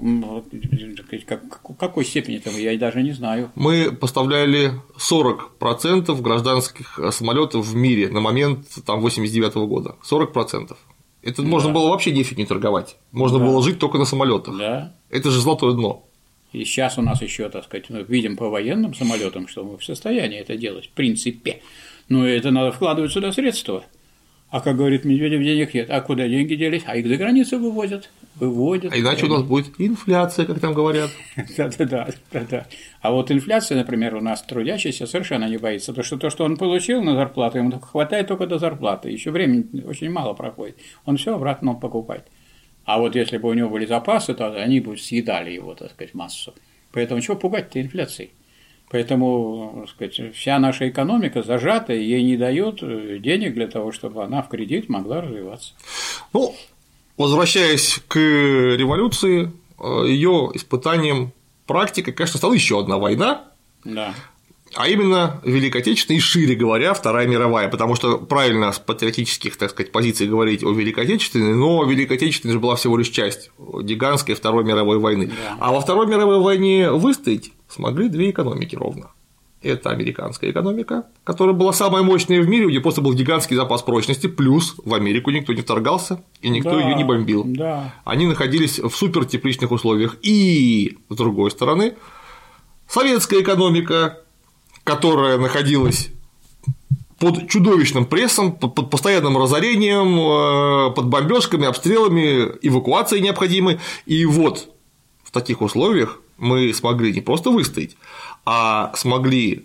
в какой степени этого я даже не знаю. Мы поставляли 40% гражданских самолетов в мире на момент 1989 года. 40%. Это можно было вообще нефиг не торговать. Можно было жить только на самолетах. Да. Это же золотое дно. И сейчас у нас еще, так сказать, мы видим по военным самолетам, что мы в состоянии это делать, в принципе. Но это надо вкладывать сюда средства. А как говорит Медведев, денег нет. А куда деньги делись? А их за границу выводят. А иначе у нас будет инфляция, как там говорят. Да. А вот инфляция, например, у нас трудящийся совершенно не боится. То, что он получил на зарплату, ему хватает только до зарплаты. Еще времени очень мало проходит. Он все обратно покупает. А вот если бы у него были запасы, то они бы съедали его, так сказать, массу. Поэтому чего пугать-то инфляцией? Поэтому, так сказать, вся наша экономика зажата, и ей не дают денег для того, чтобы она в кредит могла развиваться. Ну, возвращаясь к революции, ее испытанием практикой, конечно, стала еще одна война. Да. А именно Великая Отечественная и, шире говоря, Вторая мировая, потому что правильно с патриотических, так сказать, позиций говорить о Великой Отечественной, но Великая Отечественная же была всего лишь часть гигантской Второй мировой войны. Да. А во Второй мировой войне выстоять смогли две экономики ровно. Это американская экономика, которая была самая мощная в мире, где просто был гигантский запас прочности, плюс в Америку никто не вторгался и никто ее не бомбил. Да. Они находились в супертепличных условиях. И, с другой стороны, советская экономика, которая находилась под чудовищным прессом, под постоянным разорением, под бомбежками, обстрелами, эвакуацией необходимой. И вот в таких условиях мы смогли не просто выстоять, а смогли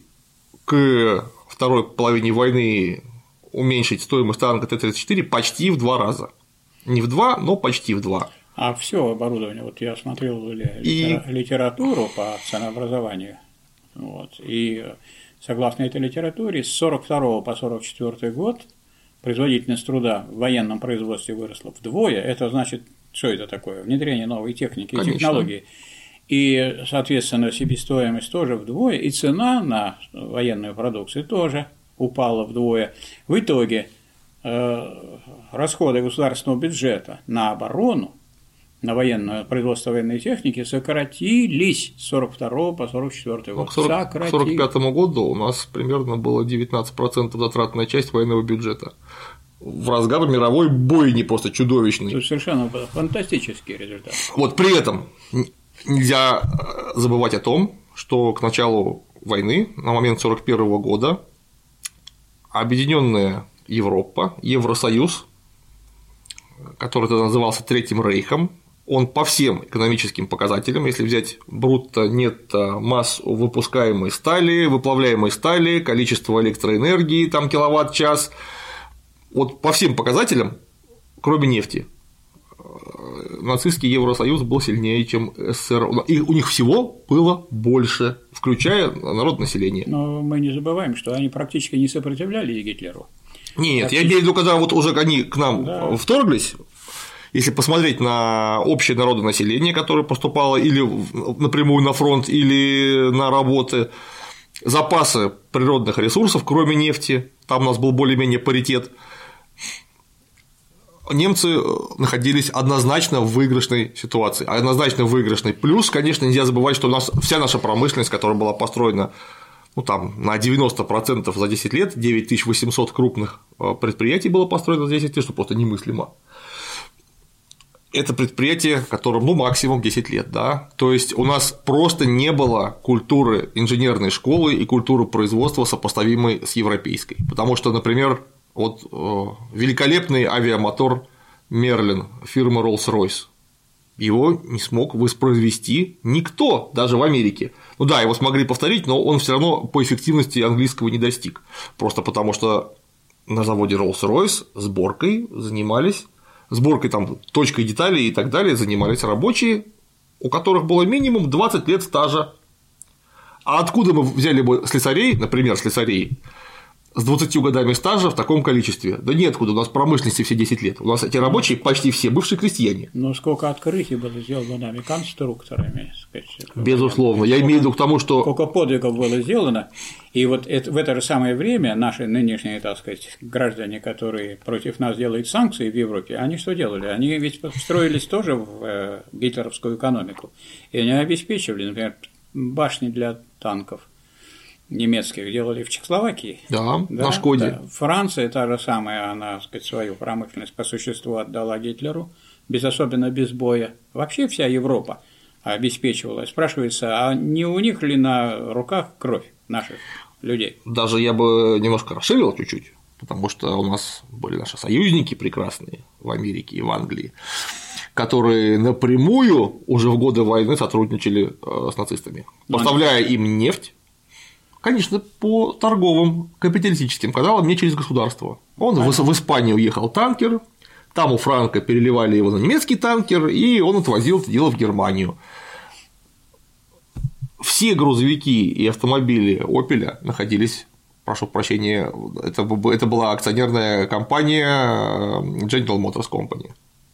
к второй половине войны уменьшить стоимость танка Т-34 почти в 2 раза. Не в 2, но почти в 2. А все оборудование, вот я смотрел литературу по ценообразованию. Вот. И согласно этой литературе, с 1942 по 1944 год производительность труда в военном производстве выросла вдвое. Это значит, что это такое? Внедрение новой техники и технологий. И, соответственно, себестоимость тоже вдвое, и цена на военную продукцию тоже упала вдвое. В итоге расходы государственного бюджета на оборону, на военное производство военной техники сократились с 1942 по 1944 год. К 1945 году у нас примерно было 19% затратная часть военного бюджета. В разгар мировой бойни просто чудовищный. Это совершенно фантастический результат. Вот при этом нельзя забывать о том, что к началу войны, на момент 1941 года, объединенная Европа, Евросоюз, который тогда назывался Третьим Рейхом, он по всем экономическим показателям, если взять брутто, нетто, массу выпускаемой стали, выплавляемой стали, количество электроэнергии, там киловатт-час, вот по всем показателям, кроме нефти, нацистский Евросоюз был сильнее, чем СССР, и у них всего было больше, включая народонаселение. Но мы не забываем, что они практически не сопротивлялись Гитлеру. Нет, я имею в виду, когда вот уже они к нам вторглись. Если посмотреть на общее народонаселение, которое поступало или напрямую на фронт, или на работы, запасы природных ресурсов, кроме нефти, там у нас был более-менее паритет, немцы находились однозначно в выигрышной ситуации, однозначно выигрышной. Плюс, конечно, нельзя забывать, что у нас вся наша промышленность, которая была построена там, на 90% за 10 лет, 9800 крупных предприятий было построено за 10 лет, что просто немыслимо. Это предприятие, которому максимум 10 лет, да, то есть у нас просто не было культуры инженерной школы и культуры производства, сопоставимой с европейской, потому что, например, вот великолепный авиамотор Мерлин фирмы Rolls-Royce, его не смог воспроизвести никто, даже в Америке. Ну да, его смогли повторить, но он все равно по эффективности английского не достиг. Просто потому что на заводе Rolls-Royce сборкой там точкой деталей и так далее занимались рабочие, у которых было минимум 20 лет стажа. А откуда мы взяли бы слесарей, например, слесарей, с 20 годами стажа в таком количестве? Да неоткуда, у нас в промышленности все 10 лет. У нас эти рабочие почти все бывшие крестьяне. Ну, сколько открытий было сделано конструкторами, сказать. Безусловно. Я имею в виду к тому, что… Сколько подвигов было сделано, и вот в это же самое время наши нынешние, так сказать, граждане, которые против нас делают санкции в Европе, они что делали? Они ведь встроились тоже в гитлеровскую экономику, и они обеспечивали, например, башни для танков немецких делали в Чехословакии. Да, на Шкоде. Да. Франция та же самая, она, так сказать, свою промышленность по существу отдала Гитлеру, особенно без боя. Вообще вся Европа обеспечивала. Спрашивается, а не у них ли на руках кровь наших людей? Даже я бы немножко расширил чуть-чуть, потому что у нас были наши союзники прекрасные в Америке и в Англии, которые напрямую уже в годы войны сотрудничали с нацистами, поставляя им нефть, конечно, по торговым капиталистическим каналам, не через государство. Он в Испанию уехал танкер, там у Франка переливали его на немецкий танкер, и он отвозил это дело в Германию. Все грузовики и автомобили «Опеля» находились, прошу прощения, это была акционерная компания General Motors Company.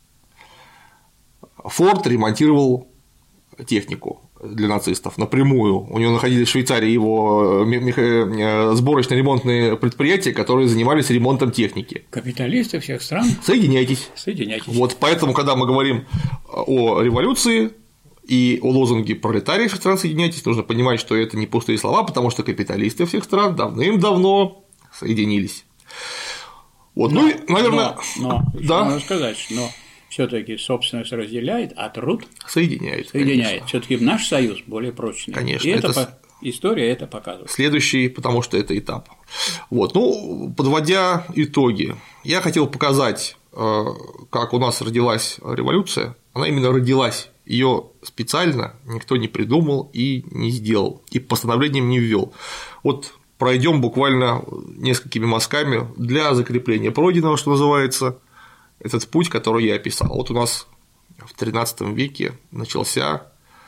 Форд ремонтировал технику для нацистов напрямую. У него находились в Швейцарии его сборочно-ремонтные предприятия, которые занимались ремонтом техники. Капиталисты всех стран. Соединяйтесь. Вот поэтому, когда мы говорим о революции и о лозунге «Пролетарии всех стран, соединяйтесь», нужно понимать, что это не пустые слова, потому что капиталисты всех стран давным-давно соединились. Вот, наверное, да. Надо сказать, но все-таки собственность разделяет, а труд соединяет. Все-таки наш союз более прочный. Конечно. И история это показывает. Следующий, потому что это этап. Вот. Подводя итоги, я хотел показать, как у нас родилась революция. Она именно родилась. Ее специально никто не придумал и не сделал, и постановлением не ввел. Вот пройдем буквально несколькими мазками для закрепления пройденного, что называется. Этот путь, который я описал. Вот у нас в XIII веке начался,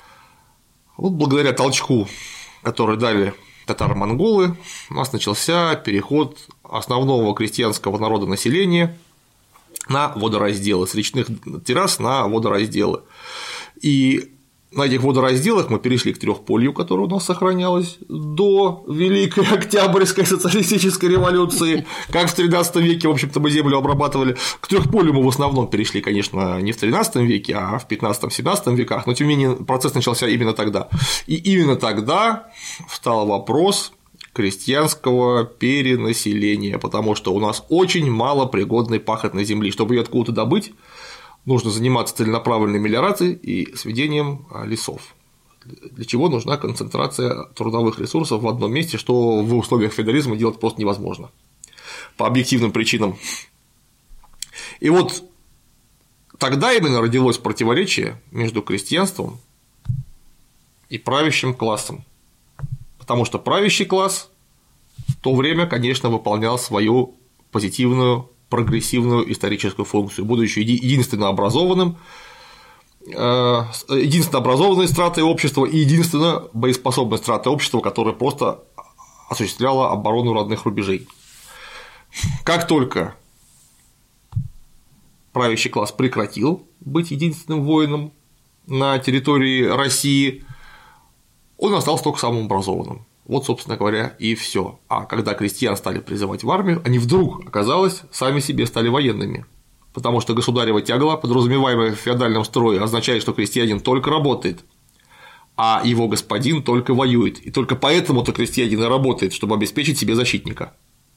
вот благодаря толчку, который дали татаро-монголы, у нас начался переход основного крестьянского народа населения на водоразделы, с речных террас на водоразделы. И на этих водоразделах мы перешли к трехполью, которое у нас сохранялось до Великой Октябрьской социалистической революции, как в XIII веке, в общем-то, мы землю обрабатывали. К трехполью мы в основном перешли, конечно, не в XIII веке, а в XV-XVII веках, но тем не менее процесс начался именно тогда. И именно тогда встал вопрос крестьянского перенаселения, потому что у нас очень мало пригодной пахотной земли. Чтобы ее откуда-то добыть, нужно заниматься целенаправленной мелиорацией и сведением лесов, для чего нужна концентрация трудовых ресурсов в одном месте, что в условиях феодализма делать просто невозможно по объективным причинам. И вот тогда именно родилось противоречие между крестьянством и правящим классом, потому что правящий класс в то время, конечно, выполнял свою позитивную прогрессивную историческую функцию, будучи единственно образованной стратой общества и единственно боеспособной стратой общества, которая просто осуществляла оборону родных рубежей. Как только правящий класс прекратил быть единственным воином на территории России, он остался только самым образованным. Вот, собственно говоря, и все. А когда крестьян стали призывать в армию, они вдруг, оказалось, сами себе стали военными. Потому что государева тягла, подразумеваемая в феодальном строе, означает, что крестьянин только работает, а его господин только воюет. И только поэтому-то крестьянин и работает, чтобы обеспечить себе защитника.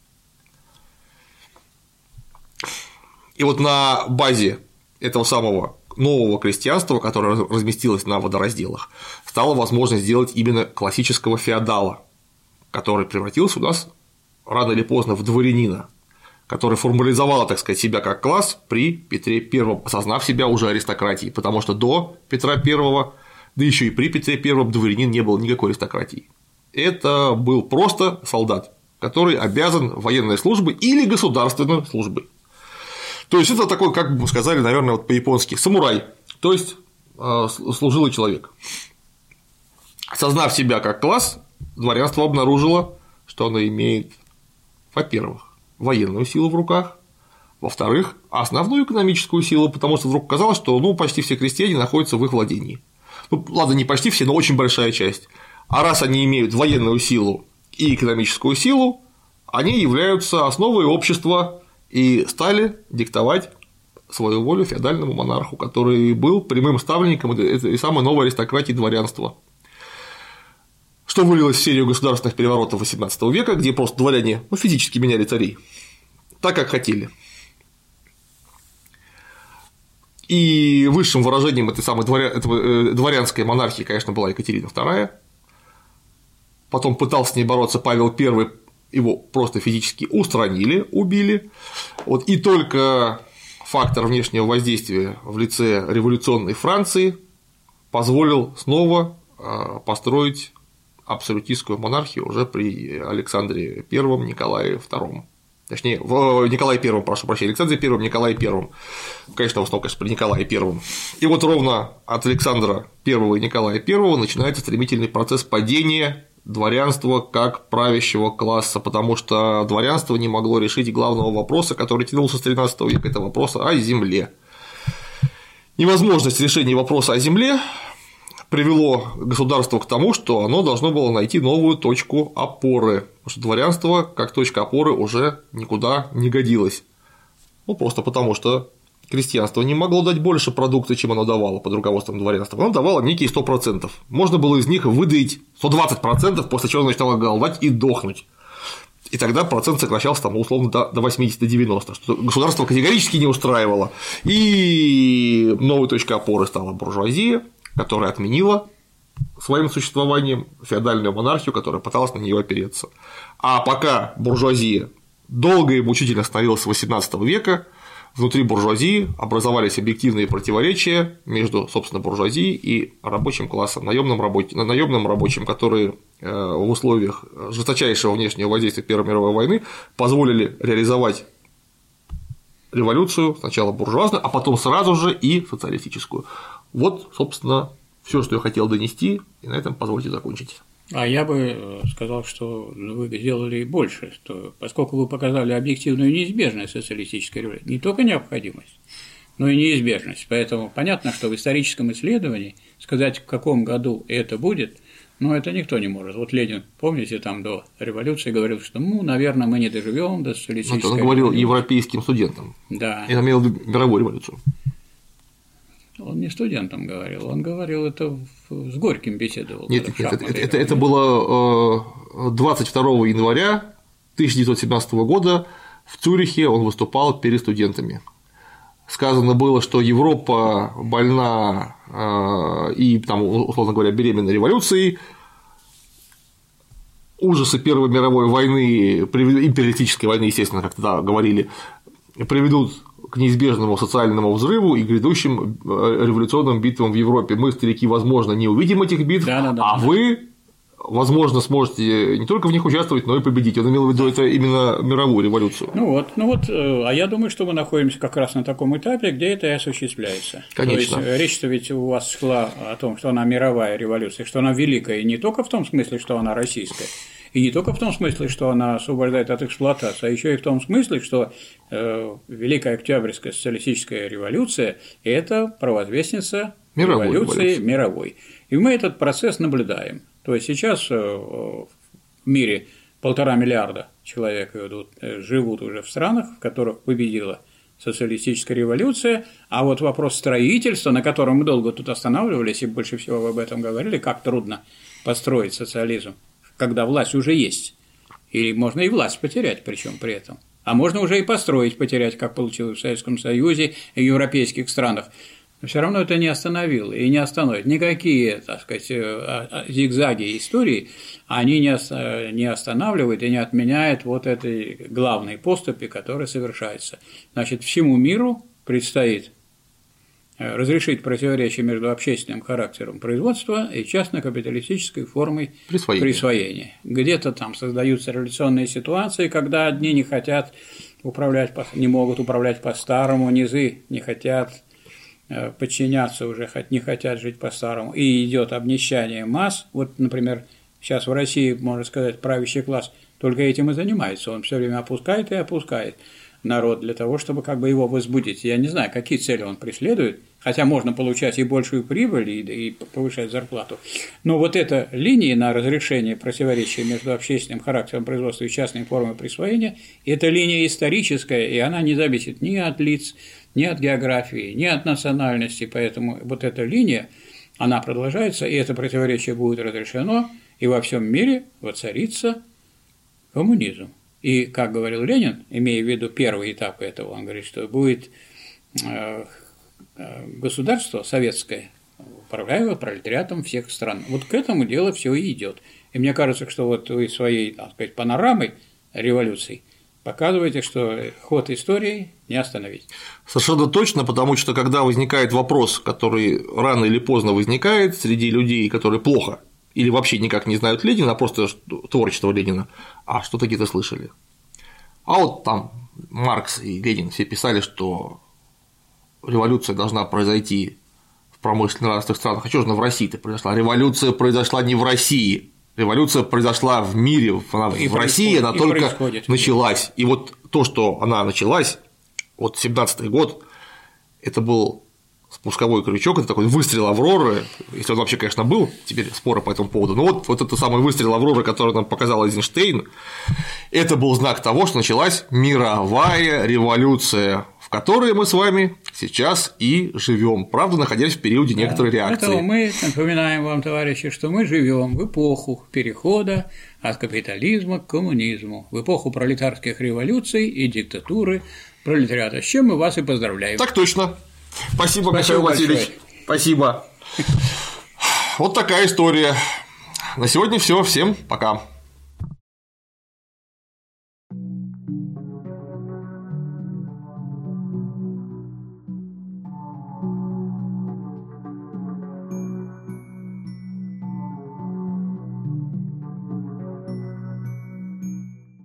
И вот на базе этого самого нового крестьянства, которое разместилось на водоразделах, стала возможность сделать именно классического феодала, который превратился у нас рано или поздно в дворянина, которая формализовала, так сказать, себя как класс при Петре I, осознав себя уже аристократией, потому что до Петра I, да еще и при Петре I дворянин не было никакой аристократии. Это был просто солдат, который обязан военной службой или государственной службой. То есть это такой, как бы сказали, наверное, вот по-японски, самурай, то есть служилый человек. Осознав себя как класс, дворянство обнаружило, что оно имеет, во-первых, военную силу в руках, во-вторых, основную экономическую силу, потому что вдруг казалось, что почти все крестьяне находятся в их владении. Ладно, не почти все, но очень большая часть. А раз они имеют военную силу и экономическую силу, они являются основой общества и стали диктовать свою волю феодальному монарху, который был прямым ставленником этой самой новой аристократии дворянства. Что вылилось в серию государственных переворотов XVIII века, где просто дворяне физически меняли царей так, как хотели. И высшим выражением этой самой дворянской монархии, конечно, была Екатерина II. Потом пытался с ней бороться Павел I, его просто физически устранили, убили. И только фактор внешнего воздействия в лице революционной Франции позволил снова построить абсолютистскую монархию уже при Александре I, Николае II. Точнее, в Николае I, прошу прощения, Александре I, Николае I. Конечно, в основном, конечно, при Николае I. И ровно от Александра I и Николая I начинается стремительный процесс падения дворянства как правящего класса, потому что дворянство не могло решить главного вопроса, который тянулся с XIII века, это вопрос о земле. Невозможность решения вопроса о земле привело государство к тому, что оно должно было найти новую точку опоры, потому что дворянство как точка опоры уже никуда не годилось. Просто потому, что крестьянство не могло дать больше продукта, чем оно давало под руководством дворянства. Оно давало некие 100%. Можно было из них выдаить 120%, после чего оно начинало голодать и дохнуть. И тогда процент сокращался условно до 80-90, что государство категорически не устраивало. И новой точкой опоры стала буржуазия, которая отменила своим существованием феодальную монархию, которая пыталась на нее опереться. А пока буржуазия долго и мучительно становилась с XVIII века, внутри буржуазии образовались объективные противоречия между, собственно, буржуазией и рабочим классом, наемным рабочим, которые в условиях жесточайшего внешнего воздействия Первой мировой войны позволили реализовать революцию, сначала буржуазную, а потом сразу же и социалистическую. Собственно, все, что я хотел донести, и на этом позвольте закончить. А я бы сказал, что вы сделали больше, что поскольку вы показали объективную неизбежность социалистической революции, не только необходимость, но и неизбежность. Поэтому понятно, что в историческом исследовании сказать, в каком году это будет, это никто не может. Ленин, помните, до революции говорил, что, наверное, мы не доживем до социалистической революции. Он говорил европейским студентам. Да. И имел в виду мировую революцию. Он не студентам говорил, он говорил это с Горьким беседовал. Нет, это было 22 января 1917 года в Цюрихе он выступал перед студентами. Сказано было, что Европа больна и, условно говоря, беременна революцией, ужасы Первой мировой войны, империалистической войны, естественно, как тогда говорили, приведут к неизбежному социальному взрыву и грядущим революционным битвам в Европе. Мы, старики, возможно, не увидим этих битв, а вы, возможно, сможете не только в них участвовать, но и победить. Он имел в виду это именно мировую революцию. А я думаю, что мы находимся как раз на таком этапе, где это и осуществляется. Конечно. То есть речь-то ведь у вас шла о том, что она мировая революция, что она великая, и не только в том смысле, что она российская. И не только в том смысле, что она освобождает от эксплуатации, а еще и в том смысле, что Великая Октябрьская социалистическая революция – это провозвестница революции мировой. И мы этот процесс наблюдаем. То есть сейчас в мире 1,5 миллиарда человек живут уже в странах, в которых победила социалистическая революция, а вопрос строительства, на котором мы долго тут останавливались и больше всего об этом говорили, как трудно построить социализм, когда власть уже есть, или можно и власть потерять, причем при этом, а можно уже и построить, потерять, как получилось в Советском Союзе и в европейских странах. все равно это не остановило и не остановит. Никакие, так сказать, зигзаги истории, они не останавливают и не отменяют вот этой главной поступи, которая совершается. Значит, всему миру предстоит разрешить противоречие между общественным характером производства и частно-капиталистической формой присвоения. Где-то там создаются революционные ситуации, когда одни не хотят не могут управлять по-старому, низы не хотят подчиняться уже, не хотят жить по-старому, и идет обнищание масс. Вот, например, сейчас в России, можно сказать, правящий класс только этим и занимается, он все время опускает и опускает народ для того, чтобы как бы его возбудить. Я не знаю, какие цели он преследует, хотя можно получать и большую прибыль, и повышать зарплату. Но вот эта линия на разрешение противоречия между общественным характером производства и частной формой присвоения – это линия историческая, и она не зависит ни от лиц, ни от географии, ни от национальности, поэтому вот эта линия, она продолжается, и это противоречие будет разрешено, и во всем мире воцарится коммунизм. И, как говорил Ленин, имея в виду первый этап этого, он говорит, что будет государство советское, управляемое пролетариатом всех стран. Вот к этому дело все и идет. И мне кажется, что вот вы своей, так сказать, панорамой революций показываете, что ход истории не остановить. Совершенно точно, потому что когда возникает вопрос, который рано или поздно возникает среди людей, которые плохо или вообще никак не знают Ленина, а просто творчество Ленина, а что такие-то слышали. А вот там Маркс и Ленин все писали, что революция должна произойти в промышленно развитых странах. А что же она в России-то произошла? Революция произошла не в России. Революция произошла в мире, в России она только началась. И вот то, что она началась, вот 17-й год, это был спусковой крючок, это такой выстрел Авроры, если он вообще, конечно, был, теперь споры по этому поводу, но вот этот самый выстрел Авроры, который нам показал Эйзенштейн, это был знак того, что началась мировая революция, в которой мы с вами сейчас и живем, правда, находясь в периоде некоторой реакции. Поэтому мы напоминаем вам, товарищи, что мы живем в эпоху перехода от капитализма к коммунизму, в эпоху пролетарских революций и диктатуры пролетариата, с чем мы вас и поздравляем. Так точно. Спасибо, Михаил Васильевич. Спасибо. Вот такая история. На сегодня все. Всем пока.